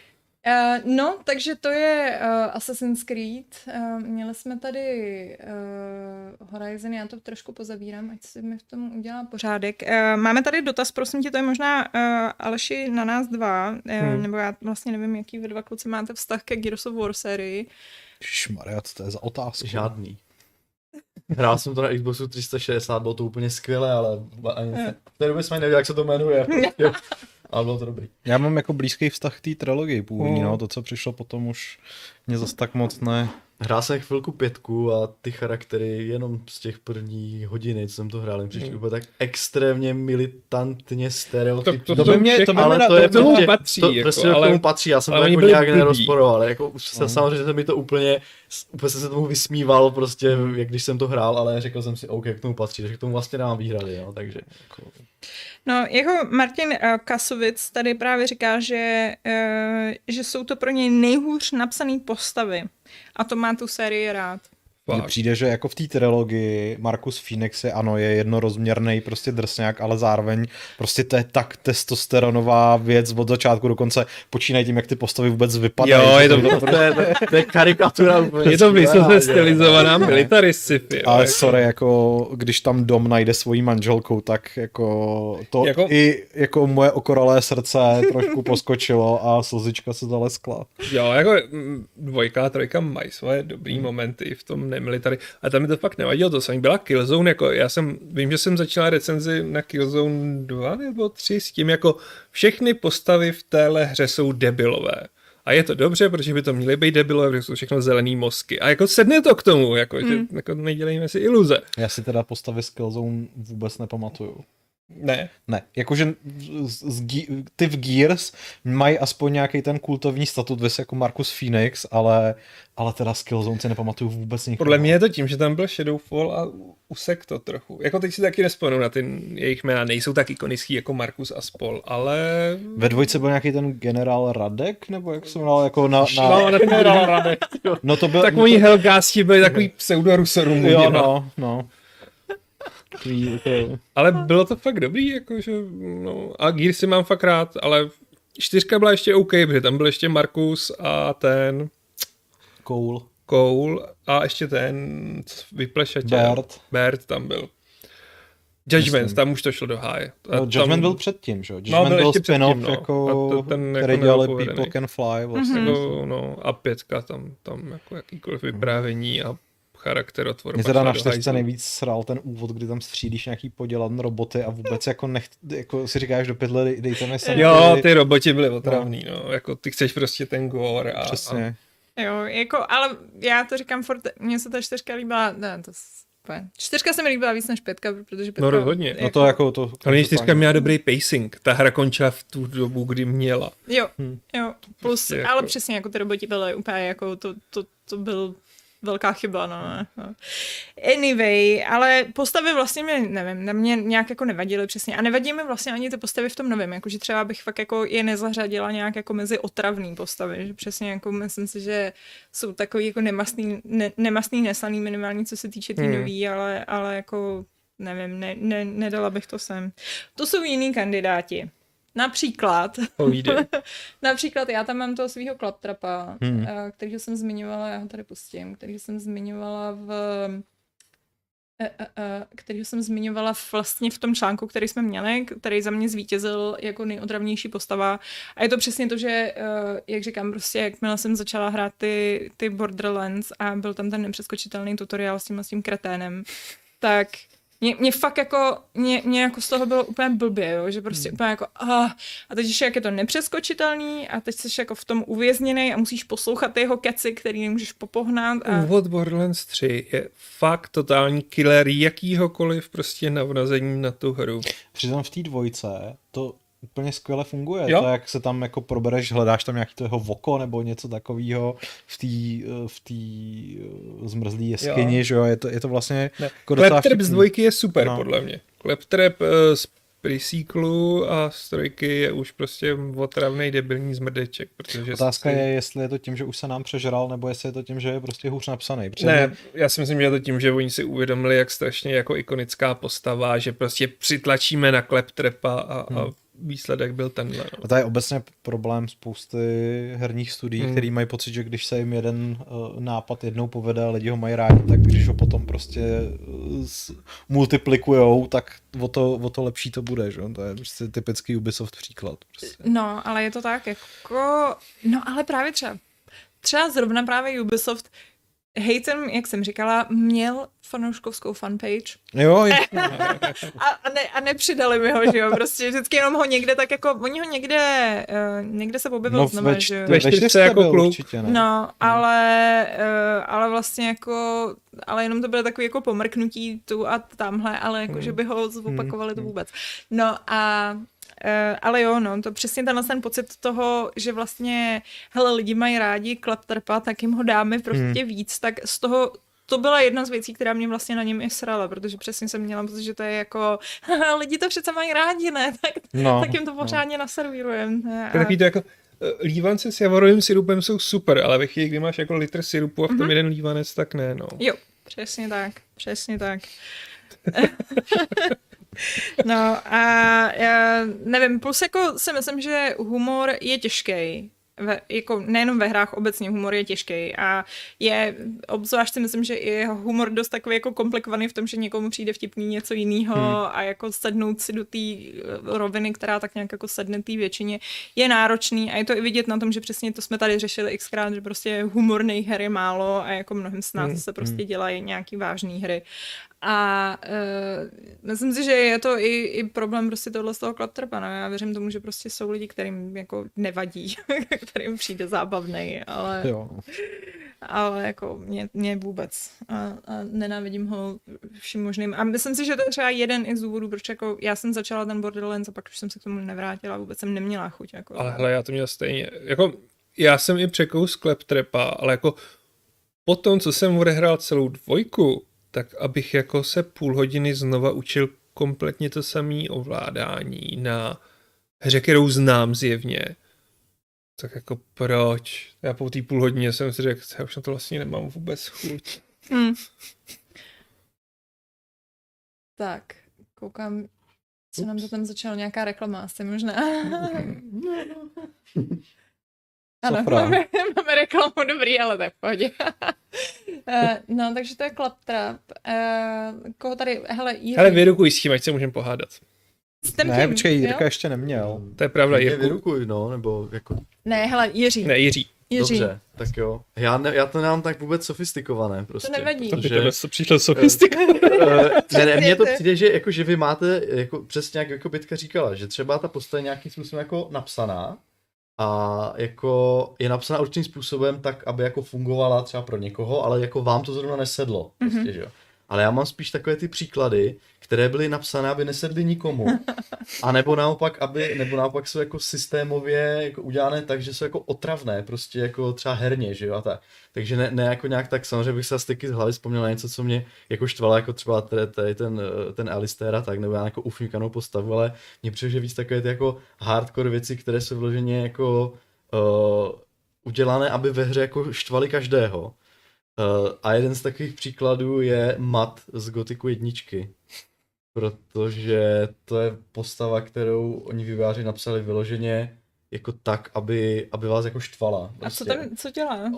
No, takže to je Assassin's Creed. Měli jsme tady Horizon, já to trošku pozavírám, ať si mi v tom udělá pořádek. Máme tady dotaz, prosím tě, to je možná Aleši na nás dva, nebo já vlastně nevím, jaký vy dva kluci máte vztah ke Gears of War sérii. Šmarja, co to je za otázku? Žádný. Hrál jsem to na Xboxu 360, bylo to úplně skvělé, ale ani v té době jsme nevěděli, jak se to jmenuje. Ale bylo to dobrý. Já mám jako blízký vztah k té trilogii původní, no, to, co přišlo potom už mě zas tak moc ne. Hrál jsem chvilku 5 a ty charaktery jenom z těch prvních hodiny, co jsem to hrál, jim přišli úplně tak extrémně militantně stereotypní. To by mě ale to je tomu prostě, patří. To jako, prostě k tomu patří, já jsem to jako nějak nerozporoval, ale jako samozřejmě se mi to úplně jsem se tomu vysmíval prostě, jak když jsem to hrál, ale řekl jsem si, OK, k tomu patří, takže k tomu vlastně nemám výhrady, no, takže. No, jako Martin Kasovic tady právě říká, že jsou to pro něj nejhůř napsané postavy. A to má tu sérii rád. Mně přijde, že jako v té trilogii Marcus Phoenix je jednorozměrný prostě drsňák, ale zároveň prostě to je tak testosteronová věc od začátku do konce. Počínají tím, jak ty postavy vůbec vypadají. Jo, to je karikatura úplně. Je to vysoce stylizovaná militarist sci-fi. Ale sorry, jako když tam Dom najde svojí manželkou, tak jako to i jako moje okoralé srdce trošku poskočilo a slzička se zaleskla. Jo, jako 2 a 3 mají svoje dobrý momenty v tom nemilitary. A tam mi to fakt nevadilo, to samý byla Killzone, jako vím, že jsem začal recenzi na Killzone 2 nebo 3 s tím, jako všechny postavy v téhle hře jsou debilové. A je to dobře, protože by to měly být debilové, protože jsou všechno zelený mozky. A jako sedne to k tomu, jako, že jako nedělejme si iluze. Já si teda postavy z Killzone vůbec nepamatuju. Ne, jakože ty v Gears mají aspoň nějaký ten kultovní statut, vys jako Marcus Phoenix, ale teda z Killzone si nepamatuju vůbec nikoho. Podle mě je to tím, že tam byl Shadowfall a usek to trochu. Jako teď si taky nespomenu na ty jejich jména, nejsou tak ikonický jako Marcus a spol, ale... Ve 2 byl nějaký ten generál Radek, nebo jak se jmenal, jako na generál Radek. No to byl... Tak oni Helgásti byli takový pseudo-rusorumuni. Jo, no. Ale bylo to fakt dobrý, jakože, no, a Gearsy mám fakt rád, ale 4 byla ještě OK, protože tam byl ještě Marcus a ten... Cole a ještě ten vyplešatěl. Baird tam byl. Judgment, tam už to šlo do háje. Judgment byl předtím, že jo? Judgment byl spin-off, jako, který dělali People Can Fly. Vlastně. A 5 tam jako jakýkoliv vyprávění a charakterotvorba. Mě teda na 4 nejvíc sral ten úvod, kdy tam střílíš nějaký podělaný roboty a vůbec jako jako si říkáš do pytle, dejte mi sem. Jo, ty roboti byly otravný, no. Jako ty chceš prostě ten gore a... Přesně. Jo, jako, ale já to říkám furt, mně se ta 4 líbila, ne, to 4 se mi líbila víc než 5, protože 5... No rozhodně. Jako... No to jako to... Ale 4 měla dobrý pacing, ta hra končila v tu dobu, kdy měla. Jo, plus, prostě ale jako... přesně, jako ty roboti byly úplně, jako to byl... velká chyba, no. Anyway, ale postavy vlastně na mě nějak jako nevadily přesně. A nevadí mi vlastně ani ty postavy v tom novém, jakože třeba bych fakt jako je nezařadila nějak jako mezi otravný postavy, že přesně jako myslím si, že jsou takový jako nemastný, neslaný minimálně, co se týče nový, ale jako nevím, nedala bych to sem. To jsou jiný kandidáti. Například já tam mám toho svého Claptrapa, kterýho jsem zmiňovala, já ho tady pustím, kterýho jsem zmiňovala vlastně v tom článku, který jsme měli, který za mě zvítězil jako nejodravnější postava. A je to přesně to, že, jak říkám, prostě jakmile jsem začala hrát ty Borderlands a byl tam ten nepřeskočitelný tutoriál s tím kreténem, tak mě fakt jako, mě jako z toho bylo úplně blbě, jo? Že prostě úplně jako a teď ještě jak je to nepřeskočitelný a teď jsi jako v tom uvězněnej a musíš poslouchat jeho keci, který nemůžeš popohnat. Úvod Borderlands 3 je fakt totální killer jakýhokoliv prostě navrazení na tu hru. Přitom v té 2 to úplně skvěle funguje. Jo? To, jak se tam jako probereš, hledáš tam nějaký to jeho voko nebo něco takového v té zmrzlý jeskyni, že jo, je to vlastně... Jako Claptrap z 2 je super, podle mě. Claptrap z pre-sequelu a z 3 je už prostě otravnej debilní zmrdeček, protože... Otázka je, jestli je to tím, že už se nám přežral, nebo jestli je to tím, že je prostě hůř napsaný. Ne, já si myslím, že je to tím, že oni si uvědomili, jak strašně jako ikonická postava, že prostě přitlačíme na Claptrapa a výsledek byl tenhle. No. A to je obecně problém spousty herních studií, který mají pocit, že když se jim jeden nápad jednou povede a lidi ho mají rádi, tak když ho potom prostě multiplikujou, tak o to lepší to bude, že? To je prostě typický Ubisoft příklad. Prostě. No, ale je to tak, jako... No, ale právě třeba zrovna právě Ubisoft, hejtem, jak jsem říkala, měl fanouškovskou fanpage. Jo. a nepřidali mi ho, že jo, prostě vždycky jenom ho někde tak jako, oni ho někde se objevil znova, že jo. Ve 4 jako kluk. Určitě, ne? No, ale vlastně jako, ale jenom to bylo takový jako pomrknutí tu a tamhle, ale jako, že by ho zopakovali to vůbec. No a ale jo, no, to přesně ten pocit toho, že vlastně, hele, lidi mají rádi Claptrapa, tak jim ho dáme prostě víc, tak z toho to byla jedna z věcí, která mě vlastně na něm i srala, protože přesně jsem měla pocit, že to je jako, lidi to přece mají rádi, ne? Tak jim to pořádně naservírujeme. Takový to jako lívance s javorovým sirupem jsou super, ale ve chvíli, kdy máš jako litr sirupu a v tom jeden lívanec, tak ne, no. Jo, přesně tak. No a já nevím, plus jako si myslím, že humor je těžký. Jako nejenom ve hrách, obecně humor je těžký a je, obzvlášť si myslím, že je humor dost takový jako komplikovaný v tom, že někomu přijde vtipný něco jiného a jako sednout si do té roviny, která tak nějak jako sedne té většině, je náročný a je to i vidět na tom, že přesně to jsme tady řešili xkrát, že prostě humorných her je málo a jako mnohem z nás se prostě dělají nějaký vážný hry. A myslím si, že je to i problém prostě tohle z toho Claptrapa. No, já věřím tomu, že prostě jsou lidi, kterým jako nevadí, kterým přijde zábavnej, ale jako mě vůbec. A nenávidím ho vším možným. A myslím si, že to je třeba jeden i z důvodů, proč jako já jsem začala ten Borderlands a pak už jsem se k tomu nevrátila, vůbec jsem neměla chuť. Jako. Ale hele, já to měl stejně. Jako, já jsem i překous Claptrapa, ale jako po tom, co jsem odehrál celou 2, tak abych jako se půl hodiny znova učil kompletně to samé ovládání na hře, kterou znám zjevně. Tak jako proč? Já po té půl hodině jsem si řekl, já už na to vlastně nemám vůbec chuť. Tak, koukám, co nám to tam začalo, nějaká reklama asi možná. Ano, máme reklamu, dobrý, ale tak v pohodě. No, takže to je Claptrap. Koho tady, hele, Jiří. Hele, vyrukuj s tím, ať se můžeme pohádat. Ne, počkej, Jirka ještě neměl. To je pravda, Jirku. Vyrukuj, no, nebo jako... Ne, hele, Jiří. Ne, Jiří. Dobře, tak jo. Já to nemám tak vůbec sofistikované prostě. To nevadí. Protože to přišlo sofistikované. Ne, mně to přijde, že, jako, že vy máte, jako, přesně jak jako Bětka říkala, že třeba ta postava nějakým způsobem jako napsaná, a jako je napsaná určitým způsobem tak, aby jako fungovala třeba pro někoho, ale jako vám to zrovna nesedlo. Prostě, že jo. Ale já mám spíš takové ty příklady, které byly napsané, aby nesedly nikomu. A nebo naopak jsou jako systémově jako udělané tak, že jsou jako otravné, prostě jako třeba herně, že jo, a tak. Takže ne jako nějak tak, samozřejmě bych se asi taky z hlavy vzpomněl na něco, co mě jako štvalo, jako třeba tady ten Alistair a tak, nebo já jako ufňukanou postavu, ale mě přijde, že víc takové ty jako hardcore věci, které jsou vloženě jako udělané, aby ve hře jako štvali každého. A jeden z takových příkladů je Matt z Gothicu 1. Protože to je postava, kterou oni vývojáři napsali vyloženě jako tak, aby vás jako štvala. Prostě. A co dělá?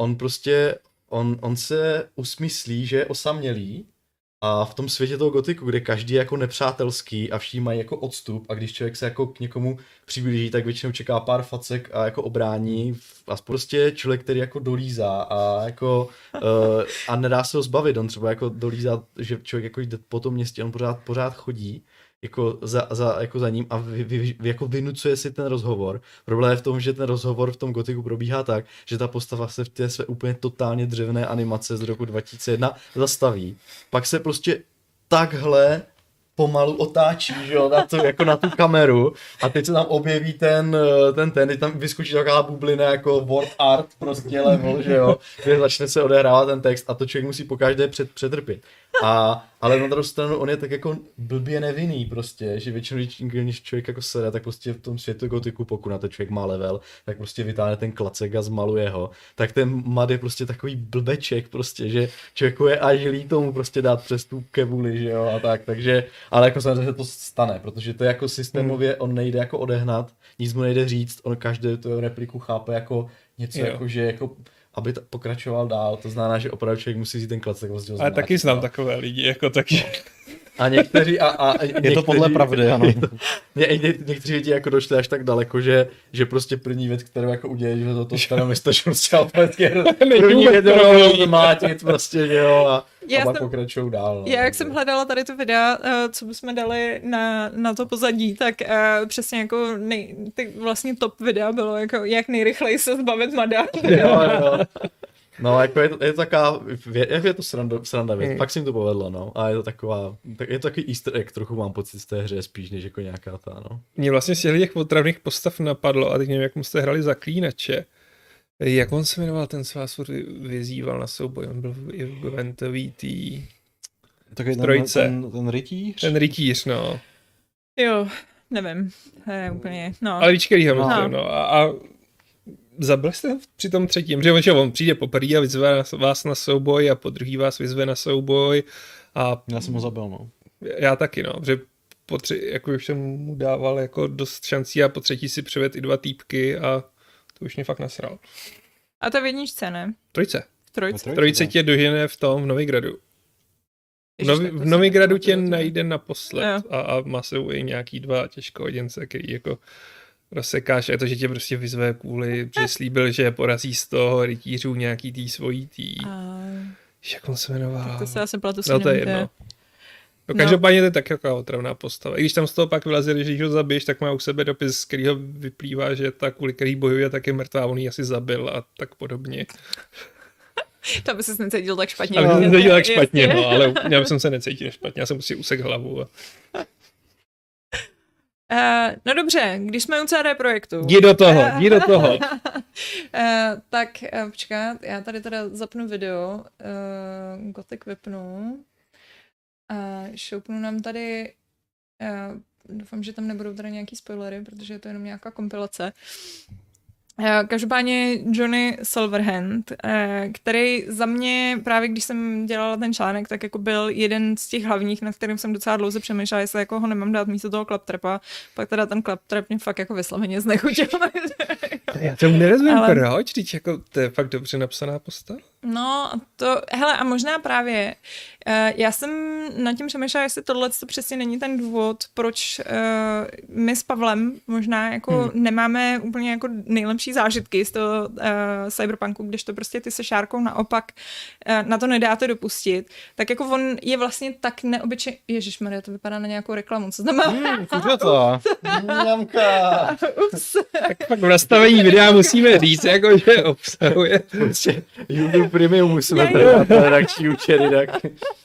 On se usmyslí, že je osamělý a v tom světě toho Gothicu, kde každý je jako nepřátelský a všichni mají jako odstup a když člověk se jako k někomu přiblíží, tak většinou čeká pár facek a jako obrání a prostě člověk, který jako dolízá a jako a nedá se ho zbavit, on třeba jako dolízá, že člověk jako jde po tom městě, on pořád chodí jako za ním a jako vynucuje si ten rozhovor. Problém je v tom, že ten rozhovor v tom Gothicu probíhá tak, že ta postava se v té své úplně totálně dřevné animace z roku 2001 zastaví. Pak se prostě takhle pomalu otáčí, že jo, na tu kameru a teď se tam objeví teď tam vyskočí taková bublina jako word art prostě level, že jo, kde začne se odehrávat ten text a to člověk musí pokaždé přetrpět. Ale na druhou stranu on je tak jako blbě nevinný prostě, že většinou, když člověk jako sede, tak prostě v tom světě gotiku, pokud na to člověk má level, tak prostě vytáhne ten klacek a zmaluje ho. Tak ten Mad je prostě takový blbeček prostě, že člověku je až líto mu prostě dát přes tu kebuli, že jo, a tak, takže, ale jako samozřejmě se to stane, protože to jako systémově on nejde jako odehnat, nic mu nejde říct, on každou tu repliku chápe jako něco jako, že jako aby pokračoval dál, to znamená, že opravdu člověk musí vzít ten klacek prostě. Ale taky znám takové lidi, jako takže. A někteří, je to podle pravdy, ano. Někteří lidi jako došli až tak daleko, že prostě první věc, kterou jako udělají, že to stanomista, že prostě první věc zmátit prostě, že jo, a pak pokračují dál. No, já jak jsem hledala tady tu videa, co bychom dali na to pozadí, tak přesně jako ty vlastně top videa bylo, jako jak nejrychleji se zbavit Mada. Jo. No, jako je to taková, jako je to sranda věc, fakt se jim to povedlo, no, a je to takový easter egg, trochu mám pocit z té hře spíš, než jako nějaká ta, no. Mě vlastně z těch otravných postav napadlo, a teď nevím, jak mu jste hrali Zaklínače, jak on se jmenoval, ten, co vás vyzýval na souboj, on byl i v Gwentový tý trojce. Ten rytíř? Ten rytíř, no. Jo, nevím, úplně, no. Ale víš, kterýho myslím, no. A zabil jste při tom třetím, že on přijde poprvé a vyzve vás na souboj a podruhý vás vyzve na souboj a... Já jsem ho zabil, no. Já taky, no, že jako už jsem mu dával jako dost šancí a po třetí si přived i 2 týpky a to už mě fakt nasral. A to v jedničce, ne? Trojce. V trojce tě dožene v Novigradu. V Novigradu tě najde naposled a má se i nějaký 2 těžkohoděnce, který jako rozsekáš, a je to, že tě prostě vyzve kvůli, že slíbil, že porazí z toho rytířů nějaký tý svojí jak on se jmenoval? Tak to se asi platu no, to je jedno. No, každopádně to je tak jako otravná postava. I když tam z toho pak vyleze, že ho zabiješ, tak má u sebe dopis, z kterého vyplývá, že ta, kvůli který bojuje, tak je mrtvá, on ji asi zabil a tak podobně. To by ses necítil tak špatně. Ale jsem se necítil tak špatně, no, ale já jsem se necítil špatně, já jsem prostě usek hlavu. No dobře, když jsme u CD Projektu. Jdi do toho. Tak počkat, já tady teda zapnu video, Gothic vypnu a šoupnu nám tady, doufám, že tam nebudou tady nějaký spoilery, protože je to jenom nějaká kompilace. Každopádně Johnny Silverhand, který za mě, právě když jsem dělala ten článek, tak jako byl jeden z těch hlavních, nad kterým jsem docela dlouze přemýšlela, jestli jako ho nemám dát místo toho Claptrapa, pak teda ten Claptrap mě fakt jako vysloveně znechutil. Já tomu nerozumím, proč, teď jako to je fakt dobře napsaná postava. No, to, hele, a možná právě, já jsem nad tím přemýšlela, jestli tohle to přesně není ten důvod, proč my s Pavlem možná jako nemáme úplně jako nejlepší zážitky z toho cyberpunku, když to prostě ty se Šárkou naopak na to nedáte dopustit, tak jako on je vlastně tak neobyčejný. Ježišmarja, to vypadá na nějakou reklamu, co tam má? Mňamka. Ups. Tak pak v nastavení videa musíme říct, jako, že obsahuje. Prostě YouTube Premium musíme dát na redakční účely, tak.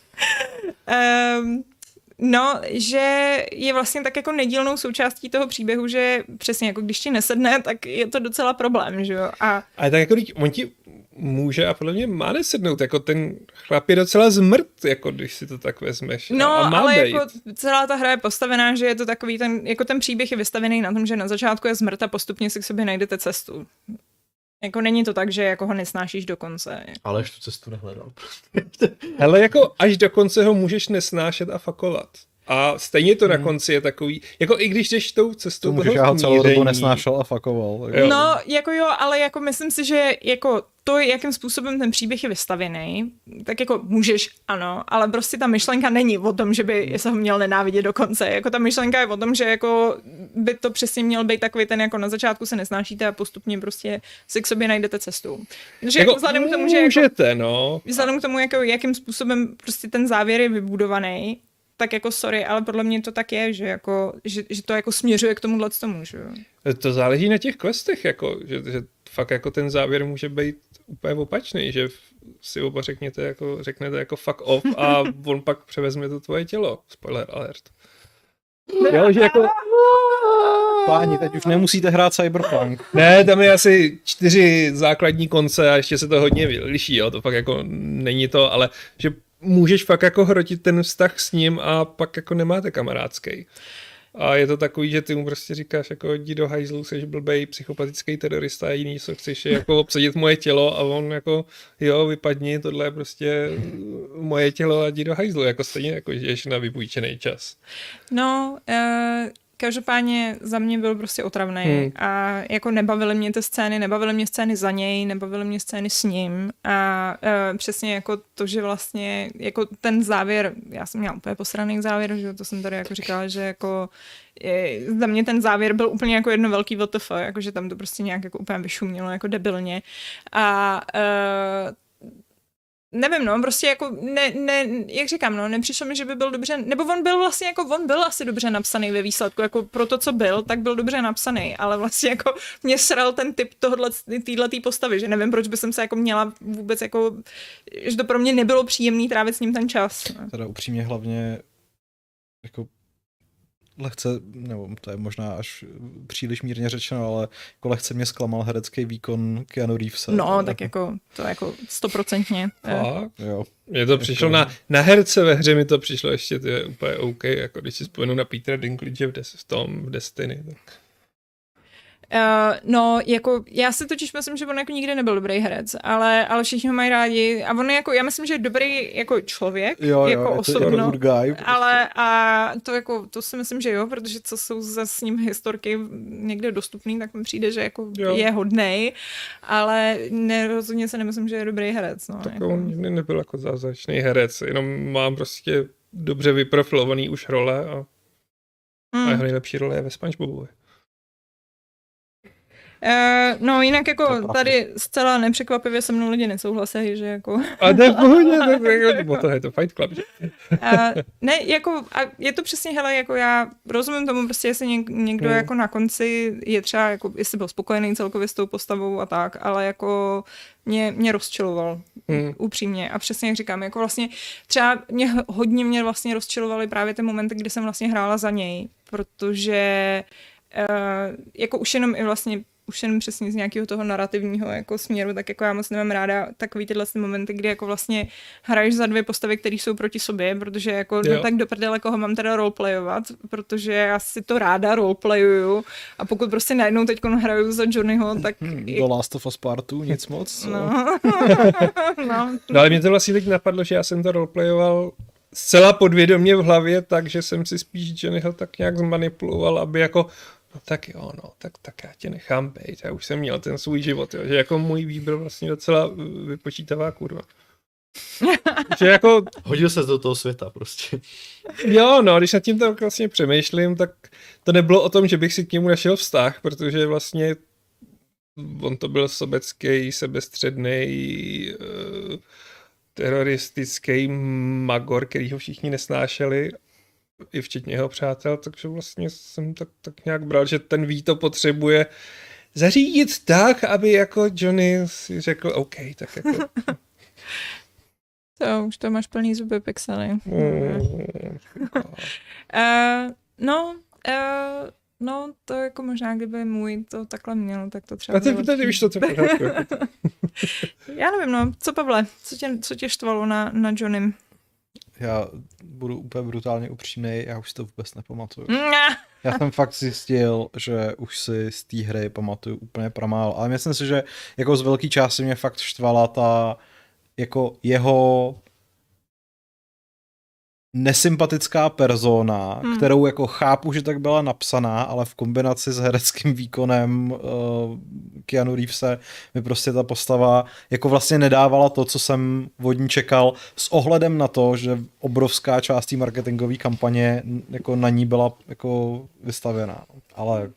No, že je vlastně tak jako nedílnou součástí toho příběhu, že přesně jako když ti nesedne, tak je to docela problém, že jo? Ale tak jako on ti může a podle mě má nesednout, jako ten chlap je docela zmrt, jako když si to tak vezmeš. No, a má ale bejt. jako celá ta hra je postavená, že je to takový ten příběh je vystavený na tom, že na začátku je zmrt a postupně si k sobě najdete cestu. Jako není to tak, že jako ho nesnášíš do konce. Ale až tu cestu nehledal. Hele, jako až do konce ho můžeš nesnášet a fakovat. A stejně to na konci je takový, jako i když jdeš tou cestou toho smíření. To můžeš, já celou dobu nesnášel a fakoval. Tak. No, jako jo, ale jako myslím si, že jako to, jakým způsobem ten příběh je vystavěný, tak jako můžeš, ano, ale prostě ta myšlenka není o tom, že by se ho měl nenávidět do konce. Jako ta myšlenka je o tom, že jako by to přesně měl být takový ten, jako na začátku se nesnášíte a postupně prostě si k sobě najdete cestu. Takže jako vzhledem k tomu, že můžete, no. Vzhledem k tomu, jako, jakým způsobem prostě ten závěr je vybudovaný, tak jako sorry, ale podle mě to tak je, že, jako, že to jako směřuje k tomuhle tomu, že jo. To záleží na těch questech, jako, že fakt jako ten závěr může být úplně opačný, že si oba řeknete jako fuck off a on pak převezme to tvoje tělo. Spoiler alert. Jo, že jako... Páni, teď už nemusíte hrát Cyberpunk. Ne, tam je asi 4 základní konce a ještě se to hodně liší, jo, to fakt jako není to, ale že můžeš fakt jako hrotit ten vztah s ním a pak jako nemáte kamarádský. A je to takový, že ty mu prostě říkáš jako jdi do hajzlu, seš blbej psychopatický terorista, jediný, co chceš je jako obsadit moje tělo a on jako jo, vypadni, tohle je prostě moje tělo a jdi do hajzlu, jako stejně jako žiješ na vypůjčený čas. No, každopádně za mě byl prostě otravný a jako nebavily mě ty scény, nebavily mě scény za něj, nebavily mě scény s ním a přesně jako to, že vlastně jako ten závěr, já jsem měla úplně posraný závěr, že to jsem tady jako říkala, že jako za mě ten závěr byl úplně jako jedno velký WTF, jako že tam to prostě nějak jako úplně vyšumělo jako debilně a nevím, no, prostě jako, jak říkám, no, nepřišlo mi, že by byl dobře, nebo on byl vlastně jako, on byl asi dobře napsaný ve výsledku, jako pro to, co byl, tak byl dobře napsaný, ale vlastně jako mě sral ten typ téhletý postavy, že nevím, proč by jsem se jako měla vůbec jako, že to pro mě nebylo příjemný trávit s ním ten čas. No. Teda upřímně hlavně jako lehce, nebo to je možná až příliš mírně řečeno, ale jako lehce mě zklamal herecký výkon Keanu Reevese. No, tak jako, to jako 100%. Jo. Mně to přišlo na herce ve hře, mi to přišlo ještě to je úplně OK, jako když si vzpomenu na Petera Dinklage v Destiny. Tak. No, jako já si totiž myslím, že on jako nikdy nebyl dobrý herec, ale všichni ho mají rádi a on jako, já myslím, že je dobrý jako člověk, jako osobno, ale a to jako, to si myslím, že jo, protože co jsou za s ním historky někde dostupný, tak mi přijde, že jako je hodnej, ale rozhodně se nemyslím, že je dobrý herec. No, tak jako. on nikdy nebyl jako zázračný herec, jenom mám prostě dobře vyprofilovaný už role a jeho nejlepší role je ve SpongeBobu. No jinak jako tady zcela nepřekvapivě se mnou lidi nesouhlasí, že jako... A to je v pohodě, to je to Fight Club, že? Ne, jako a je to přesně, hele, jako já rozumím tomu prostě, jestli někdo jako na konci je třeba, jako, jestli byl spokojený celkově s tou postavou a tak, ale jako mě rozčiloval, upřímně a přesně jak říkám, jako vlastně třeba mě vlastně rozčilovaly právě ty momenty, kdy jsem vlastně hrála za něj, protože jako už jenom přesně z nějakého toho narrativního jako směru, tak jako já moc nemám ráda takový tyhle momenty, kdy jako vlastně hraješ za dvě postavy, které jsou proti sobě, protože jako tak do prdele, koho mám teda roleplayovat, protože já si to ráda roleplayuju a pokud prostě najednou teď hraju za Johnnyho, tak... The Last of Us Part 2, nic moc. No. No ale mě to vlastně teď napadlo, že já jsem to roleplayoval zcela podvědomě v hlavě, takže jsem si spíš Johnnyho tak nějak zmanipuloval, aby jako no tak jo, no, tak já tě nechám bejt, já už jsem měl ten svůj život, jo, že jako můj výběr vlastně docela vypočítavá kurva. Že jako... Hodil se do toho světa prostě. Jo, no, když nad tím tak vlastně přemýšlím, tak to nebylo o tom, že bych si k němu našel vztah, protože vlastně on to byl sobecký, sebestředný, teroristický magor, který ho všichni nesnášeli, i včetně jeho přátel, takže vlastně jsem tak nějak bral, že ten Vito potřebuje zařídit tak, aby jako Johnny si řekl OK, tak jako... To už to máš plný zuby pixely. No, to jako možná, kdyby můj to takhle měl, tak to třeba... A ty víš to, co pořádku. Já nevím, no. Co, Pavle? Co tě štvalo na Johnnym? Já budu úplně brutálně upřímnej, já už si to vůbec nepamatuju. Já jsem fakt zjistil, že už si z té hry pamatuju úplně pramálo, ale myslím si, že jako z velké části mě fakt štvala ta jako jeho nesympatická persona, kterou jako chápu, že tak byla napsaná, ale v kombinaci s hereckým výkonem Keanu Reevese mi prostě ta postava jako vlastně nedávala to, co jsem od ní čekal, s ohledem na to, že obrovská část té marketingové kampaně jako na ní byla jako vystavěná. Ale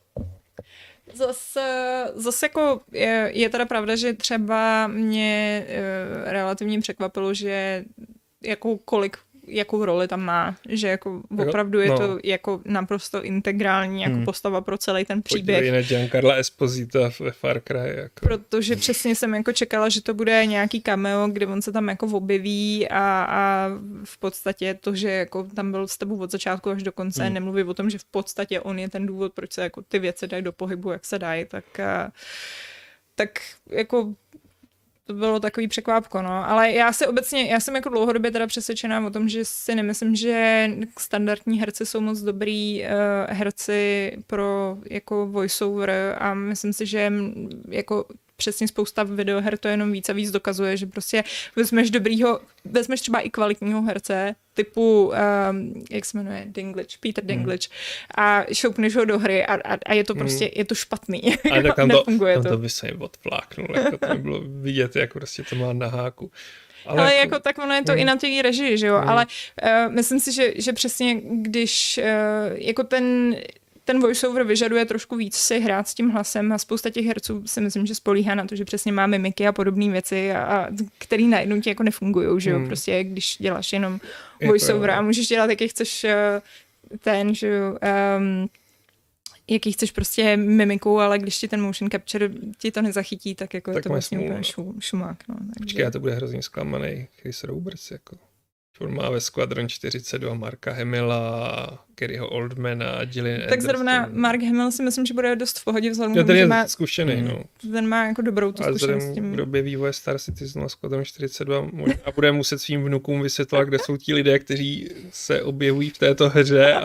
Zase jako je teda pravda, že třeba mě relativně překvapilo, že jakou roli tam má, že jako opravdu je to jako naprosto integrální jako postava pro celý ten příběh. Podívej na Giancarla Esposita ve Far Cry. Jako. Protože přesně jsem jako čekala, že to bude nějaký cameo, kde on se tam jako objeví a v podstatě to, že jako tam byl s tebou od začátku až do konce, nemluví o tom, že v podstatě on je ten důvod, proč se jako ty věci dají do pohybu, jak se dají, tak jako to bylo takový překvápko, no. Ale já jsem jako dlouhodobě teda přesvědčená o tom, že si nemyslím, že standardní herci jsou moc dobrý herci pro jako voiceover a myslím si, že jako přesně spousta videoher to jenom víc a víc dokazuje, že prostě vezmeš třeba i kvalitního herce, typu, jak se jmenuje, Peter Dinklage, a šoupneš ho do hry a je to prostě, je to špatný. Ale tak tam to by se jim odfláknul, jako to bylo vidět, jak prostě to má na háku. Ale jako tak ono je to i na té režii, že jo, ale myslím si, že přesně když jako ten voiceover vyžaduje trošku víc si hrát s tím hlasem a spousta těch herců si myslím, že spolíhá na to, že přesně má mimiky a podobné věci, a který najednou ti jako nefungujou, že jo, prostě když děláš jenom voiceover a můžeš dělat, jaký chceš že jo, jaký chceš prostě mimiku, ale když ti ten motion capture ti to nezachytí, tak jako tak je to vlastně úplně šumák. No, počkej, to bude hrozně zklamaný Chris Roberts, jako. On má ve Squadron 42 Marka Hamilla, Garyho Oldmana, Gillian tak Anderson. Zrovna Mark Hamill si myslím, že bude dost v pohodě vzhledem, ten je zkušený, no. Ten má jako dobrou tu zkušenost s tím. V době vývoje Star Citizen a Squadron 42 a bude muset svým vnukům vysvětlovat, kde jsou ti lidé, kteří se objevují v této hře.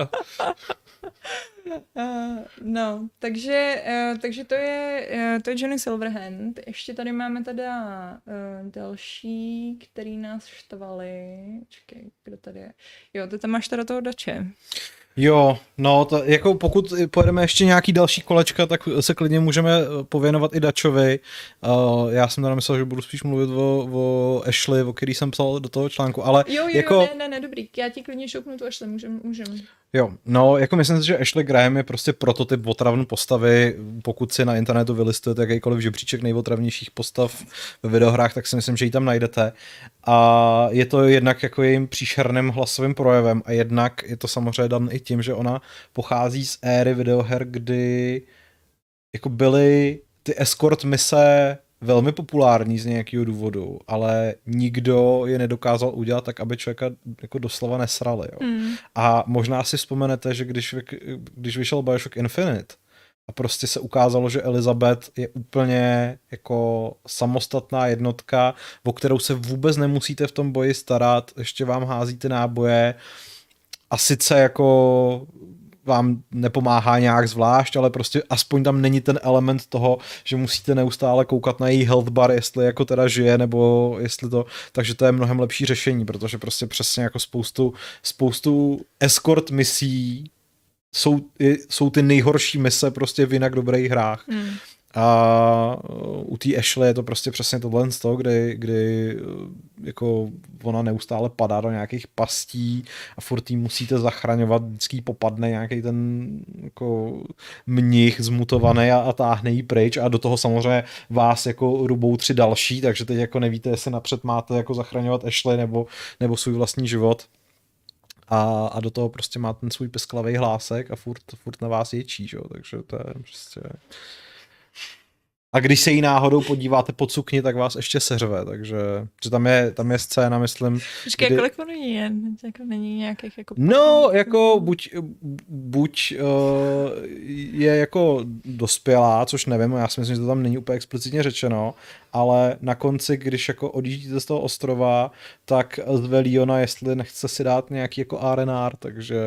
No, takže to je Johnny Silverhand. Ještě tady máme teda další, který nás štvali. Čekaj, kdo tady je? Jo, ty tam máš teda toho Dače. Jo, no, to, jako pokud pojedeme ještě nějaký další kolečka, tak se klidně můžeme pověnovat i Dačovi. Já jsem teda myslel, že budu spíš mluvit o Ashley, o který jsem psal do toho článku, ale jo, jako... ne, dobrý, já ti klidně šoupnu tu Ashley, můžem. Jo, no, jako myslím si, že Ashley Graham je prostě prototyp otravné postavy. Pokud si na internetu vylistujete jakýkoliv žebříček nejotravnějších postav ve videohrách, tak si myslím, že ji tam najdete. A je to jednak jako jejím příšerným hlasovým projevem a jednak je to samozřejmě dan i tím, že ona pochází z éry videoher, kdy jako byly ty escort mise velmi populární z nějakého důvodu, ale nikdo je nedokázal udělat tak, aby člověka jako doslova nesrali. Jo. A možná si vzpomenete, že když vyšel Bioshock Infinite a prostě se ukázalo, že Elizabeth je úplně jako samostatná jednotka, o kterou se vůbec nemusíte v tom boji starat, ještě vám hází ty náboje a sice jako vám nepomáhá nějak zvlášť, ale prostě aspoň tam není ten element toho, že musíte neustále koukat na její health bar, jestli jako teda žije, nebo jestli to, takže to je mnohem lepší řešení, protože prostě přesně jako spoustu escort misí jsou ty nejhorší mise prostě v jinak dobrých hrách. A u té Ashley je to prostě přesně tohle z toho, kdy jako ona neustále padá do nějakých pastí a furt jí musíte zachraňovat, vždycky popadne nějaký ten jako mnich zmutovaný a táhne jí pryč a do toho samozřejmě vás jako rubou 3 další, takže teď jako nevíte, jestli napřed máte jako zachraňovat Ashley nebo svůj vlastní život. A do toho prostě má ten svůj pisklavý hlásek a furt na vás ječí, jo? Takže to je prostě... A když se jí náhodou podíváte pod sukni, tak vás ještě seřve, takže tam je scéna, myslím... Počkej, kolik ono je? Jako není nějakých jako... No, jako buď je jako dospělá, což nevím, já si myslím, že to tam není úplně explicitně řečeno, ale na konci, když jako odjíždíte z toho ostrova, tak zve Leona, jestli nechce si dát nějaký jako R&R, takže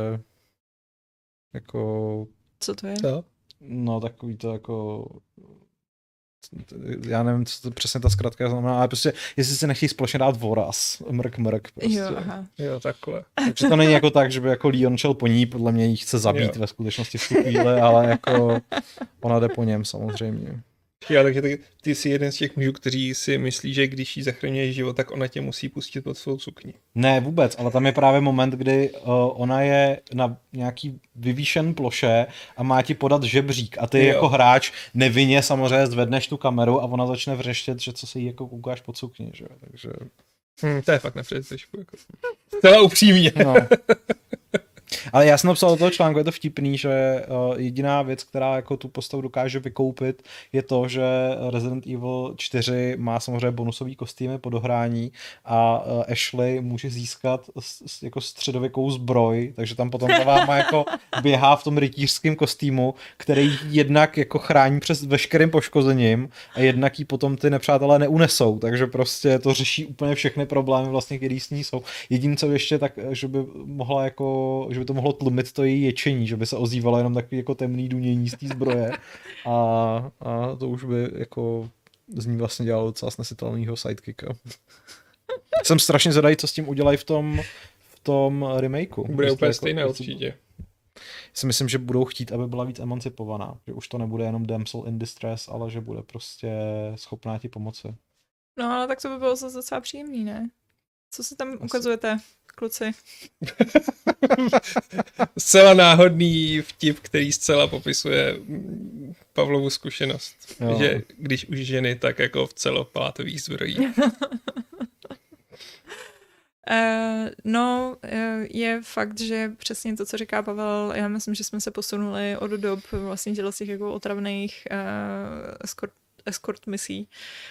jako... Co to je? To? No, takový to jako... Já nevím, co to přesně ta zkratka znamená, ale prostě, jestli si nechtějí společně dát voraz, mrk, prostě. Jo, takhle. Takže to není jako tak, že by jako Leon šel po ní, podle mě jí chce zabít ve skutečnosti v tu chvíli, ale jako ona jde po něm samozřejmě. Já, takže ty jsi jeden z těch mužů, kteří si myslí, že když jí zachraňuješ život, tak ona tě musí pustit pod svou sukni. Ne, vůbec, ale tam je právě moment, kdy ona je na nějaký vyvýšen ploše a má ti podat žebřík a ty jako hráč nevinně samozřejmě zvedneš tu kameru a ona začne vreštět, že co se jí jako koukáš pod sukni, že jo, takže... To je fakt nepředstavšku, jako. Celá upřímně. No. Ale já jsem napsal do toho článku, je to vtipný, že jediná věc, která jako tu postavu dokáže vykoupit, je to, že Resident Evil 4 má samozřejmě bonusový kostýmy po dohrání a Ashley může získat jako středověkou zbroj, takže tam potom ta váma jako běhá v tom rytířském kostýmu, který jednak jako chrání přes veškerým poškozením a jednak jí potom ty nepřátelé neunesou, takže prostě to řeší úplně všechny problémy vlastně, který s ní jsou. Jediné, co ještě tak, že by mohla jako, že by to mohlo tlumit to její ječení, že by se ozývalo jenom takový jako temný dunění z té zbroje a to už by jako z ní vlastně dělalo docela snesitelnýho sidekicka. Jsem strašně zvědavý, co s tím udělají v tom remakeu. Bude úplně jako, stejné určitě. Si myslím, že budou chtít, aby byla víc emancipovaná. Že už to nebude jenom damsel in distress, ale že bude prostě schopná ti pomoci. No ale tak to by bylo zase docela příjemný, ne? Co si tam ukazujete, kluci? Zcela náhodný vtip, který zcela popisuje Pavlovu zkušenost. Jo. Že když už ženy, tak jako v celopátových zbrojích. Je fakt, že přesně to, co říká Pavel, já myslím, že jsme se posunuli od dob vlastně těch jako otravných escort misí.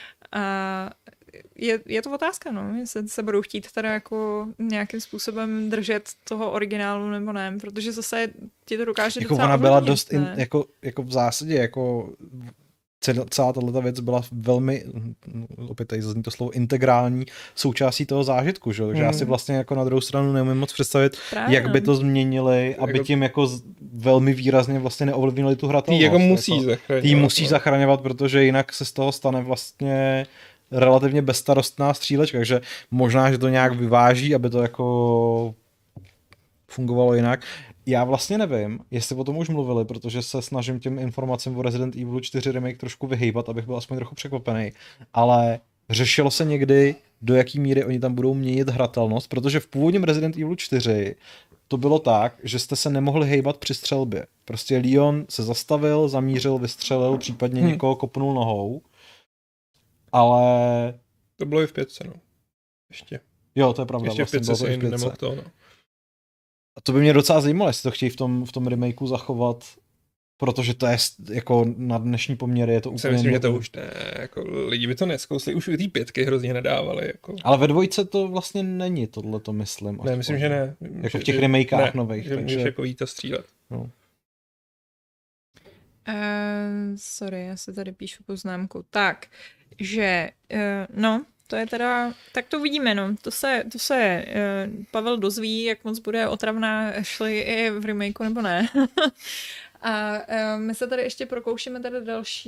Je to otázka, no, jestli se budou chtít teda jako nějakým způsobem držet toho originálu nebo ne, protože zase ti to dokáže jako docela ona byla ovlivnit, dost, jako v zásadě, jako celá tato věc byla velmi, opět tady zazní to slovo, integrální součástí toho zážitku, že? Takže já si vlastně jako na druhou stranu neumím moc představit, jak by to změnili, aby tím jako velmi výrazně vlastně neovlivnili tu hratelnost. Ty jako musí zachraňovat. Ty musí zachraňovat, protože jinak se z toho stane vlastně relativně bezstarostná střílečka, takže možná, že to nějak vyváží, aby to jako fungovalo jinak. Já vlastně nevím, jestli o tom už mluvili, protože se snažím těm informacím o Resident Evil 4 remake trošku vyhejbat, abych byl aspoň trochu překvapený, ale řešilo se někdy, do jaký míry oni tam budou měnit hratelnost, protože v původním Resident Evil 4 to bylo tak, že jste se nemohli hejbat při střelbě. Prostě Leon se zastavil, zamířil, vystřelil, případně někoho kopnul nohou, ale... To bylo i v 5, no. Ještě. Jo, to je pravda. Ještě vlastně v 5 se jim nemohl to, no. A to by mě docela zajímalo, jestli to chtějí v tom remakeu zachovat, protože to je jako na dnešní poměry je to úplně... Myslím, že to už ne, jako lidi by to neskousli, už i ty 5 hrozně nedávali. Jako. Ale ve 2 to vlastně není tohleto, myslím. Ne, myslím, že ne. Jako v těch remakách nových. Že můžeš jako jít a střílet. No. Sorry, já si tady píšu poznámku. Tak, že, to je teda, tak to vidíme, no. To se Pavel dozví, jak moc bude otravná Ashley i v remakeu, nebo ne. A my se tady ještě prokoušíme tady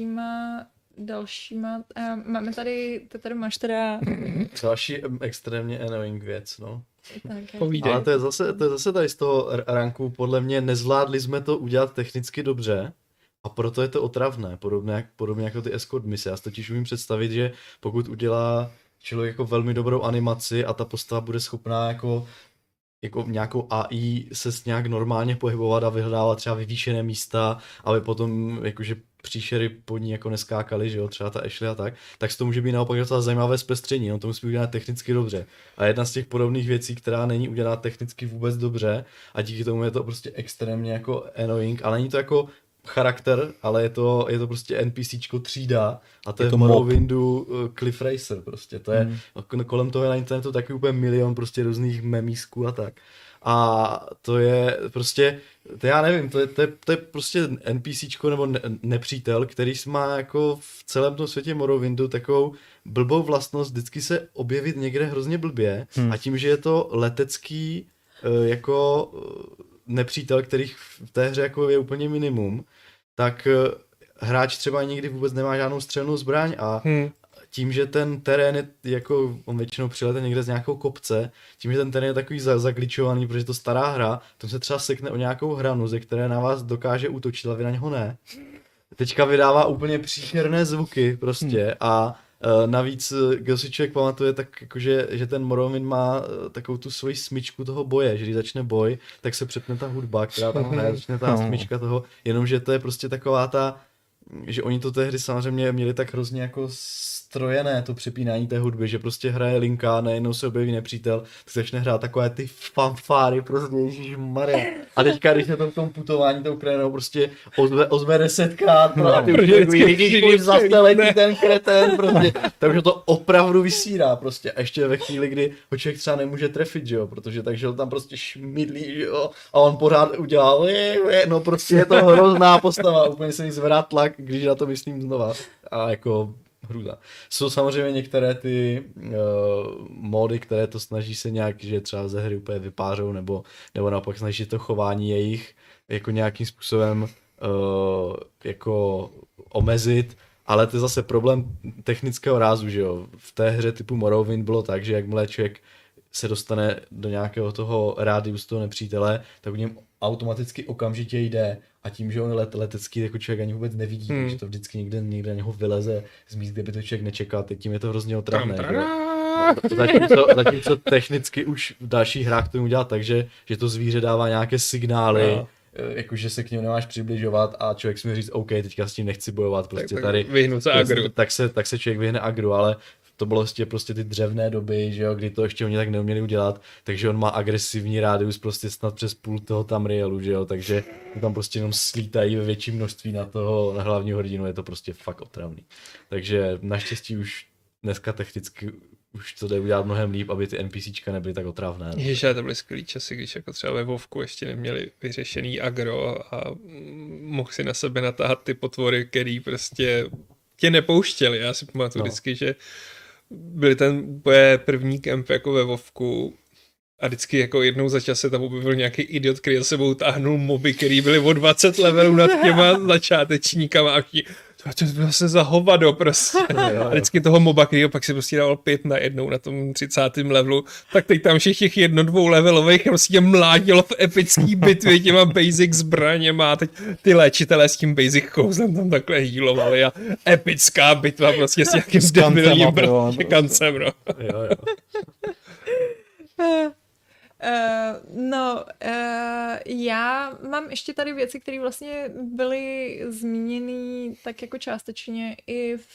dalšíma máme tady, ty tady máš teda... Další extrémně annoying věc, no. Povídej. Ale to je zase tady z toho ranku, podle mě nezvládli jsme to udělat technicky dobře. A proto je to otravné, podobně jako ty escort mise. Já si totiž umím představit, že pokud udělá člověk jako velmi dobrou animaci a ta postava bude schopná jako nějakou AI se nějak normálně pohybovat a vyhledávat třeba vyvýšené místa, aby potom jakože příšery pod ní jako neskákaly, že jo, třeba ta Ashley a tak to může být naopak docela zajímavé zpestření, no to musí být udělat technicky dobře. A jedna z těch podobných věcí, která není udělaná technicky vůbec dobře a díky tomu je to prostě extrémně jako annoying, ale není to jako charakter, ale je to prostě NPCčko třída a to je v Morrowindu Cliff Racer prostě, to je, kolem toho je na internetu taky úplně milion prostě různých memísků a tak. A to je prostě, to já nevím, to je prostě NPCčko nebo nepřítel, který má jako v celém tom světě Morrowindu takovou blbou vlastnost vždycky se objevit někde hrozně blbě a tím, že je to letecký jako nepřítel, kterých v té hře jako je úplně minimum, tak hráč třeba nikdy vůbec nemá žádnou střelnou zbraň a tím, že ten terén je jako, on většinou přilete někde z nějakou kopce, tím, že ten terén je takový zagličovaný, protože je to stará hra, to se třeba sekne o nějakou hranu, ze které na vás dokáže útočit, ale vy na něho ne. Teďka vydává úplně příšerné zvuky prostě a navíc, kdo si člověk pamatuje, tak jakože, že ten Morrowind má takovou tu svoji smyčku toho boje, že když začne boj, tak se přepne ta hudba, která tam hraje, začne ta smyčka toho, jenomže to je prostě taková ta že oni to tehdy samozřejmě měli tak hrozně jako strojené to přepínání té hudby, že prostě hraje linka, najednou se objeví nepřítel, tak začne hrát takové ty fanfáry, prostě ježišmarja. A teďka, když je to v tom putování tou Ukrajinou prostě ozve 10krát, a ty už vidíš, zase letí ten kreten, prostě. Takže to opravdu vysírá prostě. A ještě ve chvíli, kdy ho člověk třeba nemůže trefit, že jo, protože takže ho tam prostě šmidlí, že jo, a on pořád udělal, no prostě je to hrozná postava, úplně se mi zvedá tlak, když na to myslím znova. A jako hruza. Jsou samozřejmě některé ty módy, které to snaží se nějak, že třeba ze hry úplně vypářou, nebo naopak snaží to chování jejich jako nějakým způsobem jako omezit, ale to je zase problém technického rázu, že jo. V té hře typu Morrowind bylo tak, že jakmile člověk se dostane do nějakého toho rádiusu toho nepřítele, tak u něm automaticky okamžitě jde a tím, že on je letecký, jako člověk ani vůbec nevidí, takže to vždycky někde na něho vyleze z míst, kde by to člověk nečekal, teď tím je to hrozně otravné. Zatímco technicky už v dalších hrách to udělat tak, že to zvíře dává nějaké signály, jakože se k němu nemáš přibližovat a člověk si může říct, OK, teďka s tím nechci bojovat, prostě tak tady vyhnout se agru. Tak se člověk vyhne agru, ale to bylo prostě ty dřevné doby, že jo, kdy to ještě oni tak neuměli udělat, takže on má agresivní rádius prostě snad přes půl toho Tamrielu, že jo, takže tam prostě jenom slítají ve větším množství na hlavního hrdinu, je to prostě fakt otravný. Takže naštěstí už dneska technicky už to jde udělat mnohem líp, aby ty NPCčka nebyly tak otravné. Ježiš, to byly skvělý časy, když jako třeba ve WoWku ještě neměli vyřešený agro a mohl si na sebe natáhat ty potvory, který prostě tě nepouštěli. Já si pamatuju vždycky, že byli ten úplně první kemp jako ve WoWku a vždycky jako jednou za čas se tam objevil nějaký idiot, který za sebou táhnul moby, který byli o 20 levelů nad těma začátečníkama a to bylo zase za hovado prostě. A vždycky toho moba, kterýho pak si prostě dával 5 na 1 na tom 30. levelu, tak teď tam všech těch 1-2 levelových prostě mládilo v epický bitvě těma basic zbraněma a teď ty léčitelé s tím basic kouzlem tam takhle healovali a epická bitva prostě s nějakým debilním kancem, no. Já mám ještě tady věci, které vlastně byly zmíněny tak jako částečně i v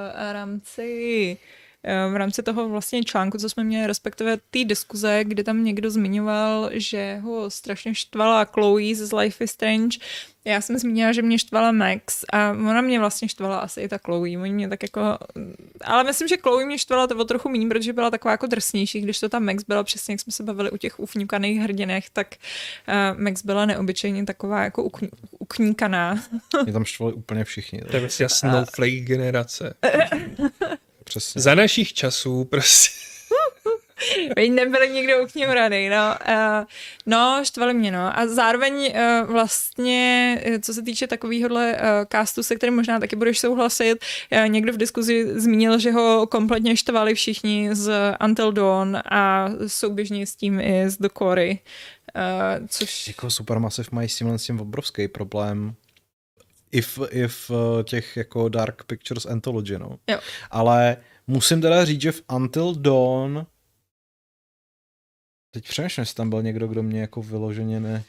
rámci toho vlastně článku, co jsme měli, respektive té diskuze, kde tam někdo zmiňoval, že ho strašně štvala Chloe z Life is Strange. Já jsem zmínila, že mě štvala Max a ona mě vlastně štvala asi i ta Chloe. Oni mě tak jako... Ale myslím, že Chloe mě štvala to o trochu méně, protože byla taková jako drsnější, když to ta Max byla přesně, jak jsme se bavili u těch ufňukaných hrdinech, tak Max byla neobyčejně taková jako ukníkaná. Mě tam štvali úplně všichni. To je prostě snowflake generace. Přesně. Za našich časů prostě. Vy nebyli nikdo ukňuraný, no, štvali mě, no. A zároveň vlastně, co se týče takovýhodle castu, se kterým možná taky budeš souhlasit, někdo v diskuzi zmínil, že ho kompletně štvali všichni z Until Dawn a souběžně s tím i z The Quarry, což... Jako Supermassive mají s tím obrovský problém. I v těch jako Dark Pictures Anthology, no. Jo. Ale musím teda říct, že v Until Dawn teď přemýšlím, jestli tam byl někdo, kdo mě jako vyloženě ne...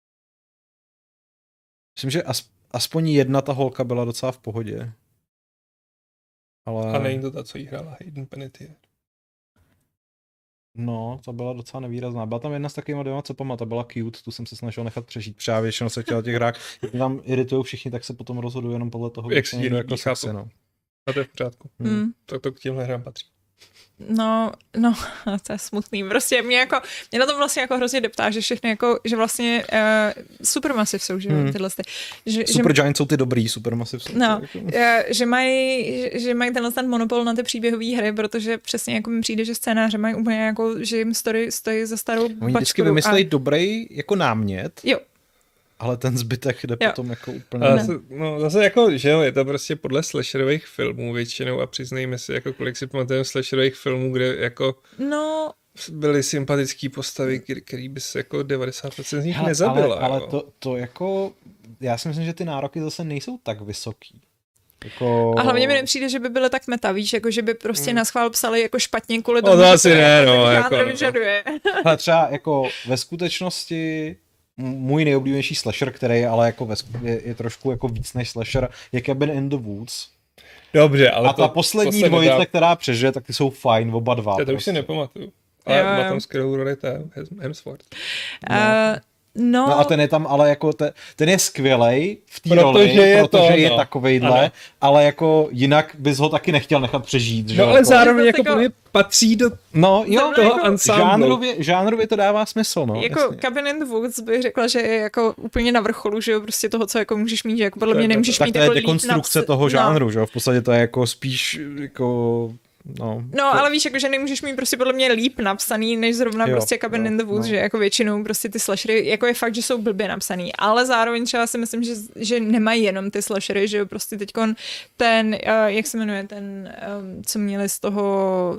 Myslím, že aspoň jedna ta holka byla docela v pohodě. Ale... A není to ta, co jí hrála Hayden Panettiere. No, ta byla docela nevýrazná. Byla tam jedna s takovýma dvěma cepama, ta byla cute, tu jsem se snažil nechat přežít. Třeba většinou se chtěl těch hrách, když tam iritují všichni, tak se potom rozhodují jenom podle toho, jak si někdo jako sexy, no. A to je v pořádku. To k těmhle hrám patří. No, to je smutný. Prostě mě na tom vlastně jako hrozně deptá, že všechny jako, že vlastně Supermassive jsou, že tyhle Supergiant jsou ty dobrý, Supermassive jsou že mají ten monopol na ty příběhové hry, protože přesně jako mi přijde, že scénáře mají úplně jako, že jim stojí za starou bačku. Oni vždycky vymyslejí dobrý jako námět. Jo. Ale ten zbytek jde potom jako úplně... Zase jako, že jo, je to prostě podle slasherových filmů většinou a přiznejme si, jako kolik si pamatujeme slasherových filmů, kde jako byly sympatický postavy, který by se jako 90% z nich nezabila. Ale to jako, já si myslím, že ty nároky zase nejsou tak vysoký. Jako... A hlavně mi nepřijde, že by byly tak meta, víš, jako že by prostě na schvál psali jako špatně kvůli tomu, to asi ne, no. Jako, vyžaduje. Ale třeba jako ve skutečnosti můj nejoblíbenější slasher, který je ale jako je trošku jako víc než slasher, je Cabin in the Woods. Dobře, ale a ta poslední dvojice, která přežije, tak ty jsou fajn, oba dva. To už si nepamatuju. Ale má tam skvělou roli Hemsworth. No a ten je tam, ale jako ten je skvělej v té roli, protože je takovejhle, ale jako jinak bys ho taky nechtěl nechat přežít. Že? No ale zároveň jako pro mě patří do toho ensemble. Žánrově to dává smysl, no. Jako Cabin in the Woods bych řekla, že je jako úplně na vrcholu, že jo, prostě toho, co jako můžeš mít, že jako podle mě nemůžeš mít jako líp. Tak to je dekonstrukce toho žánru, že jo, v podstatě to je jako spíš jako... No, ale víš, jako, že nemůžeš mít prostě podle mě líp napsaný, než zrovna prostě Cabin in the Woods, že jako většinou prostě ty slashery, jako je fakt, že jsou blbě napsaný, ale zároveň třeba si myslím, že nemají jenom ty slashery, že jo, prostě teďkon ten, jak se jmenuje, ten, co měli z toho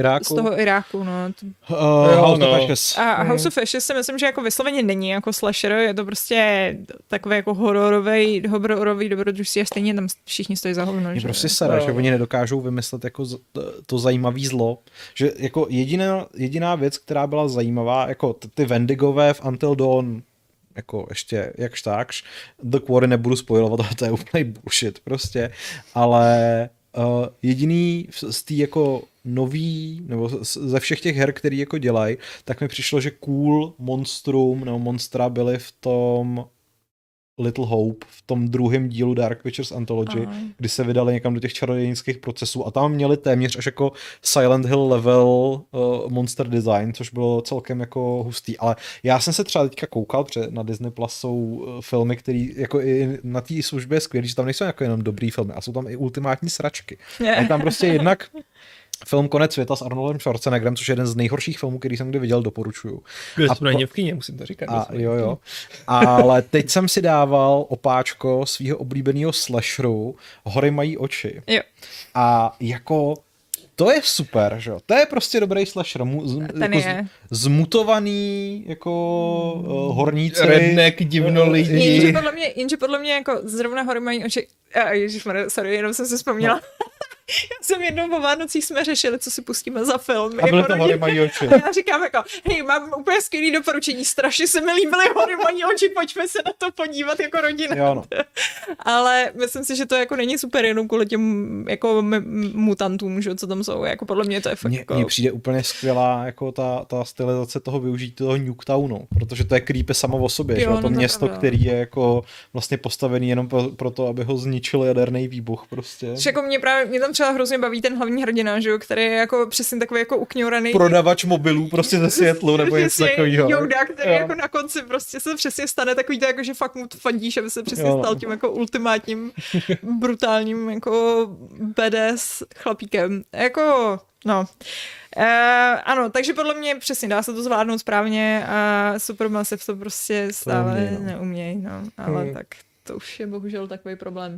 Iráku, no. House of Ashes. A House of Ashes si myslím, že jako vysloveně není jako slasher, je to prostě takový jako hororový dobrodružství a stejně tam všichni stojí za hovno. Je prostě sada, že oni nedokážou vymyslet jako to zajímavý zlo, že jako jediná věc, která byla zajímavá, jako ty Wendigové v Until Dawn, jako ještě jakž takž, The Quarry nebudu spoilovat, to je úplný bullshit prostě, ale jediný z té jako nový, nebo ze všech těch her, který jako dělají, tak mi přišlo, že cool monstrum nebo monstra byly v tom Little Hope, v tom druhém dílu Dark Pictures Anthology, kdy se vydali někam do těch čarodějnických procesů a tam měli téměř až jako Silent Hill level monster design, což bylo celkem jako hustý, ale já jsem se třeba teďka koukal, protože na Disney Plus jsou filmy, které jako i na té službě je skvělý, že tam nejsou jako jenom dobrý filmy, a jsou tam i ultimátní sračky. A je tam prostě jednak film Konec světa s Arnoldem Schwarzeneggerem, což je jeden z nejhorších filmů, který jsem kdy viděl, doporučuju. A v kyně, musím to říkat. Jo. Ale teď jsem si dával opáčko svého oblíbeného slasheru Hory mají oči. Jo. A jako to je super, že jo? To je prostě dobrý slasher. Ten jako je. Zmutovaný jako horníci. Redneck, divnolidi. Jenže podle mě jako zrovna Hory mají oči. Ježišmarja, sorry, jenom jsem se vzpomněla. Já jsem jednou po Vánocích jsme řešili, co si pustíme za film. A byly to Hory mají oči. A já říkám jako, hej, mám úplně skvělý doporučení, strašně se mi líbily Hory mají oči, pojďme se na to podívat jako rodina. Jo, no. Ale myslím si, že to jako není super jenom kvůli těm jako mutantům, že, co tam jsou, jako podle mě to je fakt Mně přijde úplně skvělá jako ta stylizace toho využití toho Nuketownu, protože to je creepy samo o sobě, jo, že? To město, který je jako vlastně postavený jenom pro to, aby ho zničil jaderný výbuch prostě. Jako mě tam třeba hrozně baví ten hlavní hrdina, že jo, který je jako přesně takový jako ukňouraný. Prodavač mobilů prostě ze světlu nebo něco takového. Yoda, který jako na konci prostě se přesně stane takový to jako, že fakt mu fandíš, aby se přesně stal tím jako ultimátním, brutálním jako badass chlapíkem. Jako, no. Ano, takže podle mě přesně dá se to zvládnout správně a Supermassive to prostě stále neumějí, no, ale tak to už je bohužel takový problém.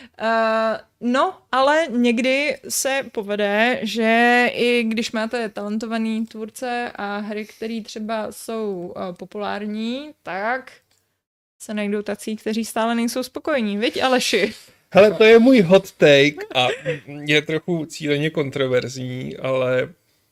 No, ale někdy se povede, že i když máte talentovaný tvůrce a hry, které třeba jsou populární, tak se najdou tací, kteří stále nejsou spokojení. Viď, Aleši? Hele, to je můj hot take a je trochu cíleně kontroverzní, ale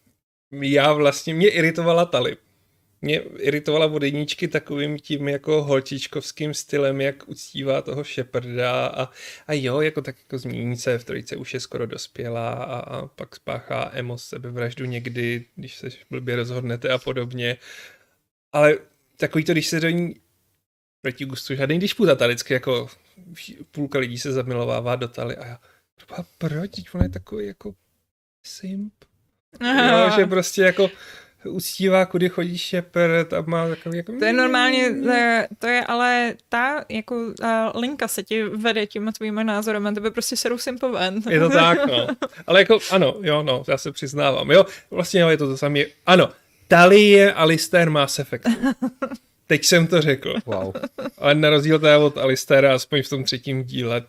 mě iritovala Talib. Mě iritovala od jedničky takovým tím jako holčičkovským stylem, jak uctívá toho Sheparda a jo, jako tak jako změní se, v trojce už je skoro dospělá a pak spáchá emo sebevraždu někdy, když se blbě rozhodnete a podobně. Ale takový to, když se do ní proti gustu žádný, když půta lidsky, jako půlka lidí se zamilovává do Tali a já, proč? On je takový jako simp. Jo, že prostě jako uctívá, kudy chodí Shepard a má takový jako... To je normálně, to je ale ta jako linka se ti vede těma tvýma názorem a tebe prostě serou simpové. Je to tak, no. Ale jako, ano, jo, no, já se přiznávám. Jo, vlastně je to samé. Ano, Tali je Alistair Mass Effect. Teď jsem to řekl. Wow. Ale na rozdíl teda od Alistaira, aspoň v tom třetím díle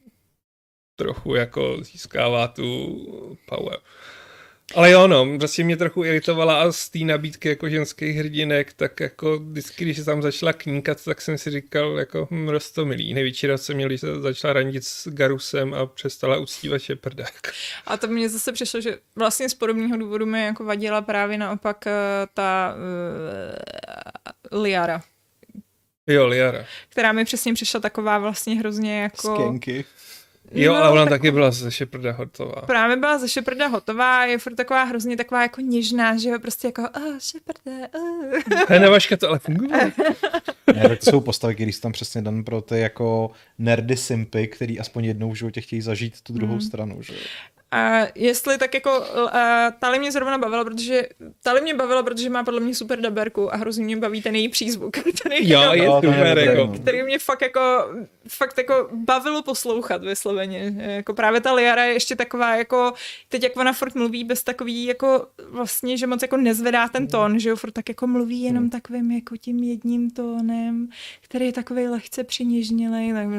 trochu jako získává tu power. Ale jo, no, vlastně mě trochu iritovala a z té nabídky jako ženských hrdinek, tak jako vždycky, když se tam začala kníkat, tak jsem si říkal, jako roztomilý. Největší rád jsem měl, když se začala randit s Garusem a přestala uctívat Sheparda. A to mně zase přišlo, že vlastně z podobného důvodu mi jako vadila právě naopak ta Liara. Jo, Liara. Která mi přesně přišla taková vlastně hrozně jako... Skanky. Jo, ale ona taky byla ze Sheparda hotová. Právě byla ze Sheparda hotová, je furt taková hrozně taková jako něžná, že jo, prostě jako Sheparde, Hena Vaška to ale fungovalo. Ne, tak to jsou postavy, které jsou tam přesně dan pro ty jako nerdy simpy, který aspoň jednou v životě chtějí zažít tu druhou stranu, že jo. A jestli tak jako Tali mě zrovna bavila, protože má podle mě super daberku a hrozně mě baví ten její přízvuk. Jo, je super, jako. Který mě fakt jako bavilo poslouchat vysloveně. Jako právě ta Liara je ještě taková jako, teď jak ona furt mluví bez takový jako vlastně, že moc jako nezvedá ten tón, že jo, furt tak jako mluví jenom takovým jako tím jedním tónem, který je takovej lehce přiněžnělej, tak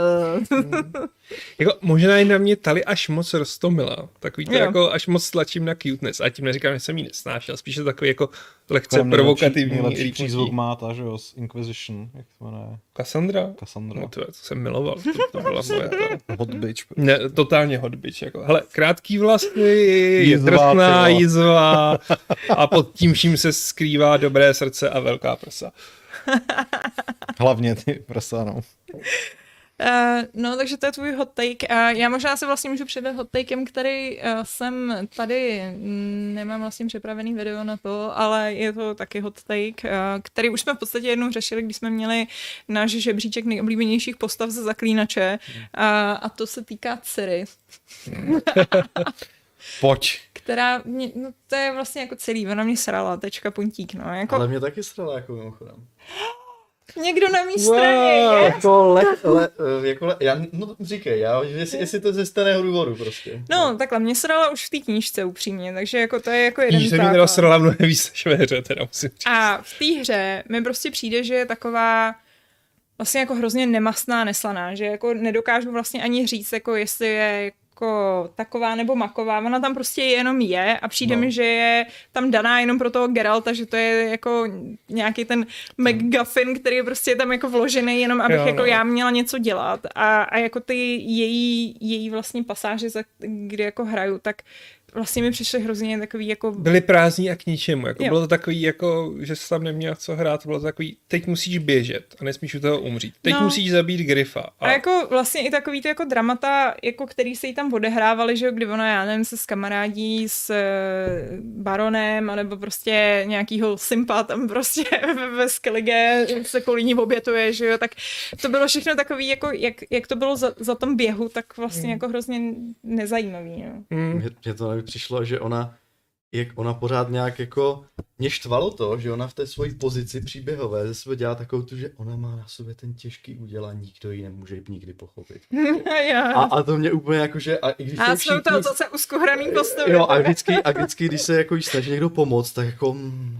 Jako možná je na mě Tali až moc roztomila. Takový to jako až moc tlačím na cuteness. A tím neříkám, že jsem jí nesnášel. Spíš je takový jako lehce provokativní. Nejlepší přízvuk má ta, že jo, z Inquisition. Jak to jmenuje? Cassandra? Cassandra. No to jsem miloval. To byla moje. Hot bitch. Ne, totálně hot bitch. Jako. Hele, krátký vlasy, je drsná jízva a pod tím vším se skrývá dobré srdce a velká prsa. Hlavně ty prsa, no. No, takže to je tvůj hot take. Já možná se vlastně můžu předat hot takem, který jsem tady, nemám vlastně připravený video na to, ale je to taky hot take, který už jsme v podstatě jednou řešili, když jsme měli náš žebříček nejoblíbenějších postav ze Zaklínače a to se týká Ciri. Pojď. Která mě, no to je vlastně jako celý, ona mě srala, tečka, puntík, no. Jako... Ale mě taky srala, jako mimochodem. Někdo na mý straně je. No říkej, jestli to ze stejného důvodu prostě. No, takhle, mě srala už v té knížce upřímně, takže jako to je jako jeden Knížce mě teda srala mnohem víc než ve hře, teda musím říct. A v té hře mi prostě přijde, že je taková vlastně jako hrozně nemastná, neslaná, že jako nedokážu vlastně ani říct, jako jestli je jako taková nebo maková, ona tam prostě jenom je a přijde mi, že je tam daná jenom pro toho Geralta, že to je jako nějaký ten McGuffin, který je prostě tam jako vložený jenom, abych jako já měla něco dělat a jako ty její vlastně pasáže, kdy jako hraju, tak vlastně mi přišly hrozně takový jako... Byly prázdní a k ničemu. Jako bylo to takový, jako, že jsi tam neměla co hrát. Bylo to takový, teď musíš běžet a nesmíš u toho umřít. Teď musíš zabít Gryfa. A jako vlastně i takový ty jako dramata, jako který se jí tam odehrávali, že kdy ona, já nevím, se s kamarádí s baronem, anebo prostě nějakýho simpa tam prostě ve Skellige se kolí ní obětuje, že jo, tak to bylo všechno takový, jako jak to bylo za tom běhu, tak vlastně jako hrozně nezajímavý, jo. Mě to přišlo, že ona pořád nějak jako, mě štvalo to, že ona v té svojí pozici příběhové ze sebe dělá takovou tu, že ona má na sobě ten těžký úděl a nikdo ji nemůže nikdy pochopit. A to mě úplně jakože... A jsou to zase uskuhraný postavy. Jo, a vždycky, když se jako jí snaží někdo pomoct, tak jako...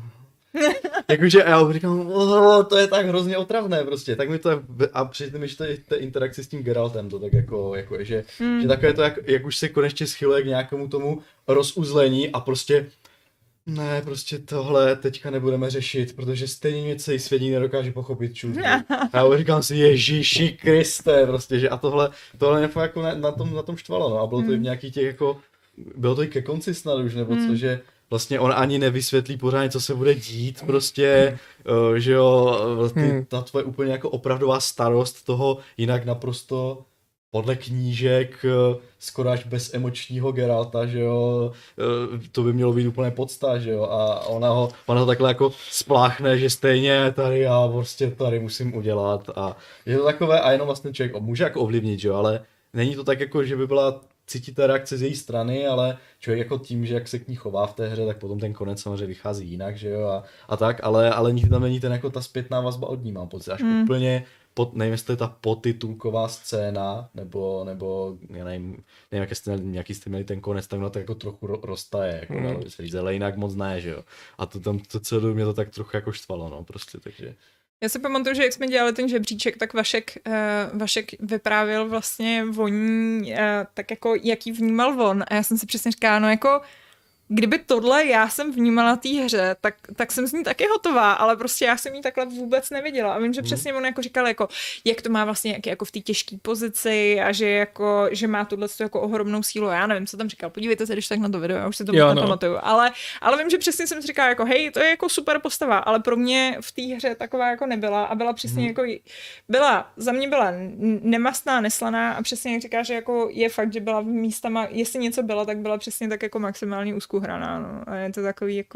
Jakože já říkám, to je tak hrozně otravné prostě, tak mi to a přitom ještě té interakci s tím Geraltem to tak jako je, že takové to, jak už se konečně schyluje k nějakému tomu rozuzlení a prostě ne, prostě tohle teďka nebudeme řešit, protože stejně mě celý svět nedokáže pochopit čůžu. A já říkám si, Ježíši Kriste, prostě, že a tohle mě jako na tom štvalo, no a bylo to i v nějakých těch jako, bylo to i ke konci snad už, nebo co, že vlastně on ani nevysvětlí pořádně, co se bude dít, prostě, že jo, ta tvoje úplně jako opravdová starost toho jinak naprosto podle knížek skoro až bez emočního Geralta, že jo, to by mělo být úplně podsta, že jo, a ona ho takhle jako spláchne, že stejně tady já prostě tady musím udělat a je to takové a jenom vlastně člověk může jako ovlivnit, že jo, ale není to tak jako, že by byla cítit ta reakce z její strany, ale člověk jako tím, že jak se k ní chová v té hře, tak potom ten konec samozřejmě vychází jinak, že jo, a tak, ale nikdy tam není ten jako ta zpětná vazba od ní, mám pocit, až úplně, nevím, jestli je ta potitulková scéna, nebo já nevím, jaký jste měli ten konec, tam na to jako trochu roztaje, jako dalo by se říct, ale jinak moc ne, že jo, a to tam to celé mě to tak trochu jako štvalo, no, prostě, takže... Já si pamatuju, že jak jsme dělali ten žebříček, tak Vašek vyprávěl vlastně voní, tak jako jaký vnímal on. A já jsem si přesně říkala, no jako kdyby tohle já jsem vnímala té hře, tak jsem z ní taky hotová, ale prostě já jsem ji takhle vůbec neviděla. A vím, že přesně on jako říkal, jako, jak to má vlastně jako v té těžké pozici a že, jako, že má tohle jako ohromnou sílu. Já nevím, co tam říkal. Podívejte se, když tak na to video, já už si to nepamatuju. Ale vím, že přesně jsem si říkala, jako, hej, to je jako super postava, ale pro mě v té hře taková jako nebyla a byla přesně jako, za mě byla nemastná, neslaná a přesně jak říká, že jako je fakt, že byla v místama, jestli něco byla, tak byla přesně tak jako maximálně uskuhraná, no. A je to takový jako...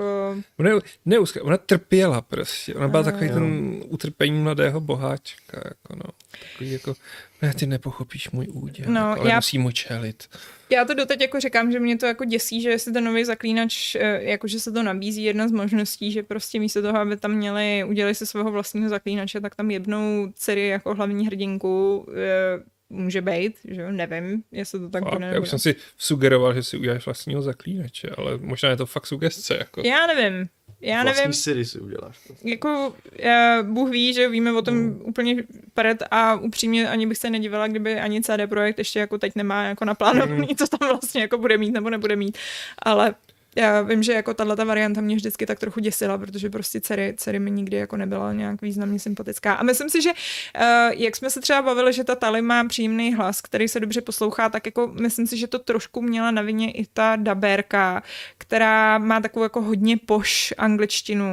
Ona trpěla prostě. Ona byla takový ten utrpení mladého boháčka, jako no. Takový jako, ne, ty nepochopíš můj úděl, no, jako, ale musím mu čelit. Já to doteď jako říkám, že mě to jako děsí, že jestli ten nový zaklínač, jakože se to nabízí jedna z možností, že prostě místo toho, aby tam udělali si svého vlastního zaklínače, tak tam jebnou Ciri jako hlavní hrdinku, může být, že jo, nevím, jestli to tak bude. Já už jsem si sugeroval, že si uděláš vlastního zaklínače, ale možná je to fakt sugestce. Jako. Já nevím. Vlastní Ciri si uděláš. Jako Bůh ví, že víme o tom úplně před a upřímně ani bych se nedivila, kdyby ani CD Projekt ještě jako teď nemá jako naplánovaný, co tam vlastně jako bude mít nebo nebude mít, ale já vím, že jako tato varianta mě vždycky tak trochu děsila, protože prostě Ciri mi nikdy jako nebyla nějak významně sympatická. A myslím si, že jak jsme se třeba bavili, že ta Tali má příjemný hlas, který se dobře poslouchá, tak jako myslím si, že to trošku měla na vině i ta dabérka, která má takovou jako hodně poš angličtinu.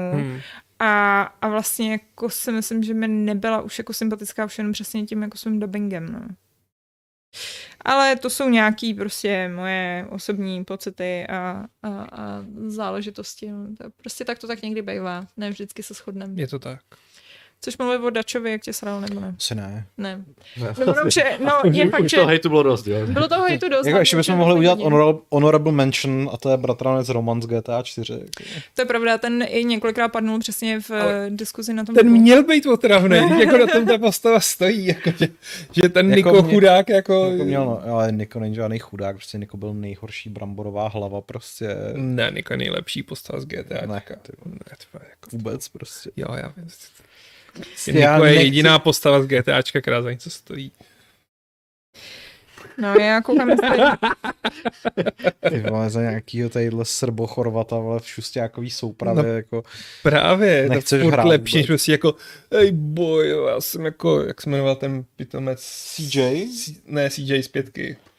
A vlastně jako si myslím, že mi nebyla už jako sympatická už jenom přesně tím jako svým dubbingem, no. Ale to jsou nějaký prostě moje osobní pocity a záležitosti. No. Prostě tak to tak někdy bývá. Ne vždycky se shodneme. Je to tak. Chceš mluvit o Dačovi, jak tě sral, nebo ne? Asi ne. Ne. Je fakt, že... toho hejtu bylo dost, jo. Bylo toho hejtu dost. Jako ještě bychom mohli udělat honorable mention a to je bratranec Roman z GTA 4. To je pravda, ten i několikrát padnul přesně v diskuzi na tom. Ten měl být otravnej, jako na tom ta postava stojí, jako, že ten jako Niko chudák jako měl, no, ale Niko není žádný chudák, prostě Niko byl nejhorší bramborová hlava prostě. Ne, Niko je nejlepší postava z GTA. Ne, jako... Vůbec prostě. Jo, já vím. Niko je jediná postava z GTAčka, která za něco stojí. No, já koukám Ty vole, za nějakýho tadyhle Srbo-Chorvata, vole, v šustákový soupravě, no, jako... Právě, nechceš to hrát. Lepší, než prostě jako, hej boj, já jsem jako, jak se jmenoval ten pitomec? CJ? Ne, CJ z 5.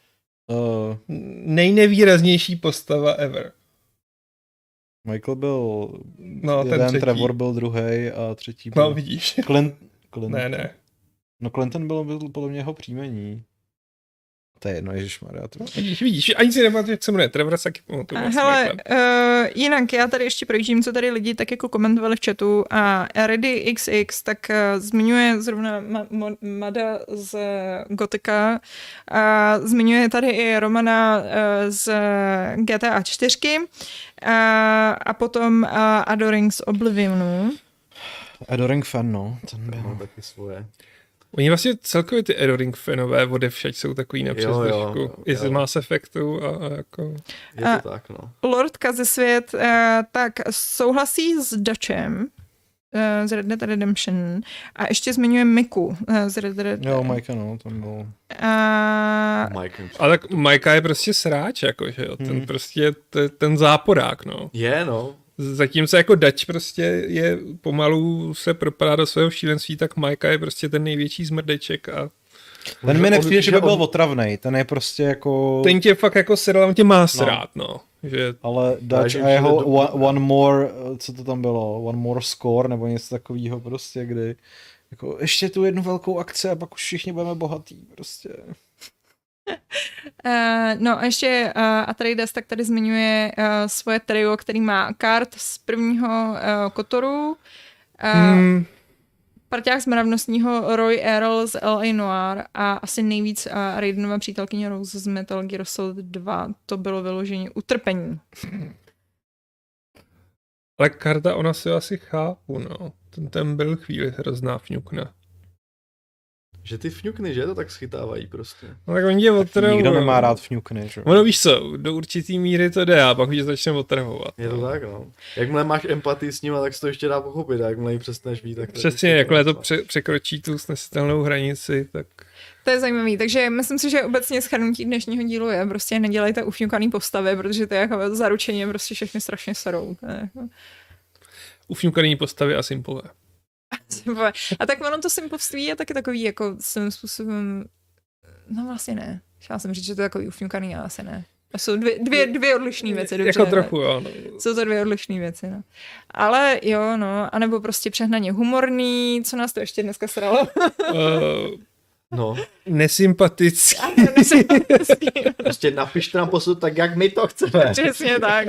Nejnevýraznější postava ever. Michael byl ten jeden, třetí. Trevor byl druhý a třetí byl... No, vidíš. Clinton. Ne. No Clinton byl podle mě jeho příjmení. To je jedno, ježišmarja. Vidíš, ani si nepamatuji, jak se jmenuje. Trevor se taky pamatuju. Hele, jinak já tady ještě projíždím, co tady lidi tak jako komentovali v chatu a Reddy XX tak zmiňuje zrovna Mada z Gotika a zmiňuje tady i Romana z GTA 4 a potom Adoring z Oblivionu. Adoring fan, no. Ten byl taky svoje. Oni vlastně celkově ty Adoring fanové odevšať jsou takový na přesdržku. I z Mass Effectu a jako... Je to tak, no. Lordka ze svět tak souhlasí s Dutchem z Red Dead Redemption a ještě zmiňuje Miku z Red Dead Redemption. Jo, Majka, no, tam byl... Ale tak Majka je prostě sráč, jako, že jo, ten prostě, ten záporák, no. Je, no. Zatímco jako Dutch prostě je pomalu se propadá do svého šílenství, tak Majka je prostě ten největší zmrdeček a... Ten mi nepřijde, že by byl otravnej, ten je prostě jako... Ten tě fakt jako sedl, on tě má srát, no. Že... Ale Dutch a jeho one more, co to tam bylo, one more score, nebo něco takového prostě, kdy jako ještě tu jednu velkou akci a pak už všichni budeme bohatý, prostě. No a ještě Atreides tak tady zmiňuje svoje trio, který má kart z prvního Kotoru, parťák z mravnostního Roy Earl z L.A. Noir a asi nejvíc Raidenova přítelkyně Rose z Metal Gear Solid 2. To bylo vyloženě utrpení. Ale Karta, ona si asi chápu, no. Ten byl chvíli hrozná fňukna. Že ty fňukny, že to tak schytávají prostě. No tak oni tě odtrhují. Nikdo nemá rád fňukny, že? Ono víš co, do určitý míry to jde a pak už tě začne odtrhovat. Je to tak, no. Jakmile máš empatii s nima, tak se to ještě dá pochopit, a jakmile ji přestaneš být, tak... Přesně, jakmile to překročí tu snesitelnou hranici, tak... To je zajímavý, takže myslím si, že obecně shrnutí dnešního dílu je prostě nedělejte ufňukaný postavy, protože to je jako zaručeně prostě všechny strašně serou. Ufňukaný postavy a simpové. A tak ono to simpovství je taky takový jako svým způsobem, no vlastně ne. Chtěla jsem říct, že to je takový ufňukaný, ale asi ne. To jsou dvě odlišné věci. Dobře, jako trochu, jo. No. Jsou to dvě odlišné věci, no. Ale jo, no, anebo prostě přehnaně humorný, co nás to ještě dneska sralo? No. Nesympatický. Prostě napište nám posud tak, jak my to chceme. Přesně tak.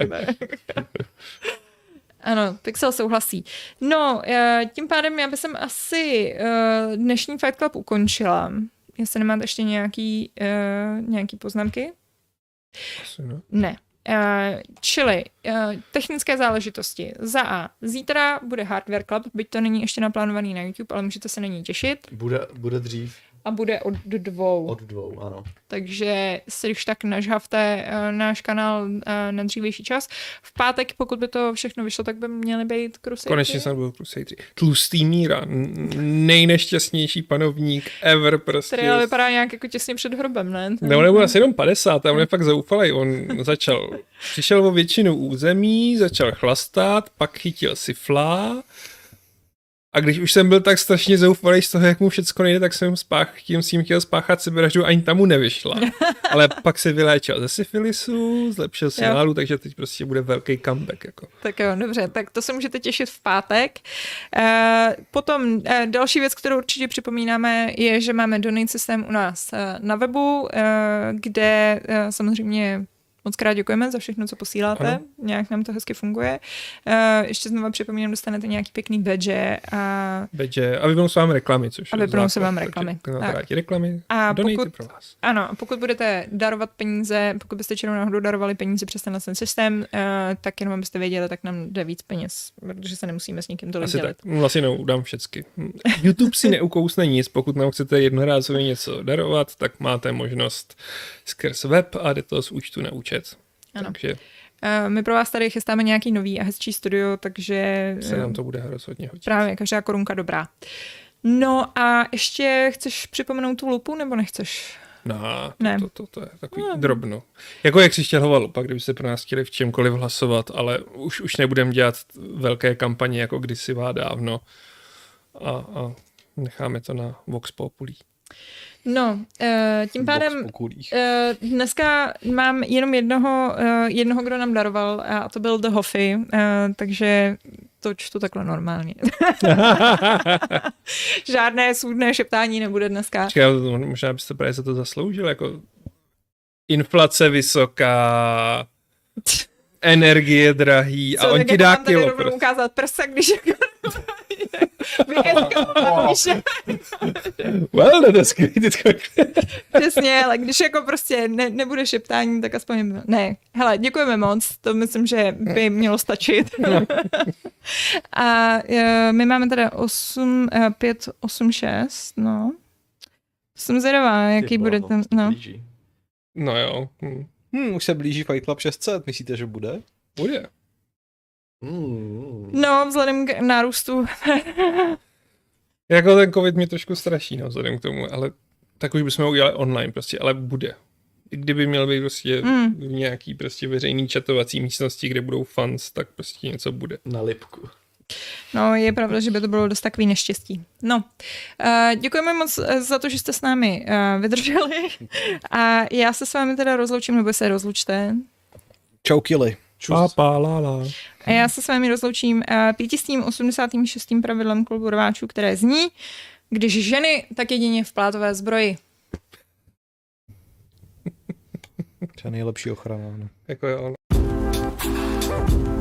Ano, Pixel souhlasí. No, tím pádem já bych asi dnešní Fight Club ukončila. Jestli nemáte ještě nějaký poznámky? Asi ne. Ne. Čili technické záležitosti. Za A. Zítra bude Hardware Club, byť to není ještě naplánovaný na YouTube, ale můžete se na ní těšit. Bude dřív. A bude od 2. Od 2, ano. Takže si když tak nažhavte náš kanál na dřívější čas. V pátek, pokud by to všechno vyšlo, tak by měly být Crusadery. Konečně jsem byl Crusadery. Tlustý Míra, nejnešťastnější panovník ever prostě. Který ale vypadá nějak jako těsně před hrobem, ne? Nebo asi jenom 50, a on je fakt zoufalej. On přišel o většinu území, začal chlastat, pak chytil sifla. A když už jsem byl tak strašně zoufalý z toho, jak mu všecko nejde, tak jsem chtěl spáchat sebevraždu, ani tam mu nevyšla. Ale pak se vyléčil ze syfilisu, zlepšil si náladu, takže teď prostě bude velký comeback. Jako. Tak jo, dobře, tak to se můžete těšit v pátek. Potom další věc, kterou určitě připomínáme, je, že máme donate systém u nás na webu, kde samozřejmě moc krát děkujeme za všechno, co posíláte. Ano. Nějak nám to hezky funguje. Ještě znovu připomínám, dostanete nějaký pěkný badge. A vypnou se vám reklamy, což a vypnou se vám reklamy. Reklamy, a donate pro vás. Ano, pokud budete darovat peníze, pokud byste černou náhodou darovali peníze přes ten systém, tak jenom abyste věděli, tak nám jde víc peněz, protože se nemusíme s nikým tolik dělit. Tak, vlastně dám všecky. YouTube si neukousne nic, pokud nám chcete jednorázově něco darovat, tak máte možnost skrz web a jde to z účtu na účet. Ano. Takže my pro vás tady chystáme nějaký nový a hezčí studio, takže se nám to bude rozhodně hodit. Právě, každá korunka dobrá. No a ještě chceš připomenout tu lupu, nebo nechceš? Ne. To je takový drobno. Jako jak si chtěl lupa, kdybyste pro nás chtěli v čemkoliv hlasovat, ale už nebudeme dělat velké kampaně, jako kdysi dávno. A necháme to na Vox Populi. No, tím pádem dneska mám jenom jednoho, kdo nám daroval, a to byl The Hoffy, takže to čtu takhle normálně. Žádné soudné šeptání nebude dneska. Možná byste právě za to zasloužil, jako inflace vysoká, energie drahý a on ti dá kilo. Co, tak já ukázat prsa, když well, that is great. Přesně, ale když jako prostě nebude šeptání, tak aspoň ne. Hele, děkujeme moc, to myslím, že by mělo stačit. A my máme teda 5, 8, 6, no. Jsem zvědavá, jaký bude ten, no. No jo. Už se blíží Fight Club 600, myslíte, že bude? Bude. No, vzhledem k nárůstu. Jako ten covid mě trošku straší, no, vzhledem k tomu, ale tak už bychom ho udělali online prostě, ale bude. I kdyby měl být prostě v nějaký prostě veřejný chatovací místnosti, kde budou fans, tak prostě něco bude. Na lipku. No, je pravda, že by to bylo dost takový neštěstí. No, děkujeme moc za to, že jste s námi vydrželi a já se s vámi teda rozloučím, nebo se rozlučte. Čau, Kili. A já se s vámi rozloučím 586. pravidlem klubu rváčů, které zní, když ženy, tak jedině v plátové zbroji. To je nejlepší ochrana. Ne? Jako jo.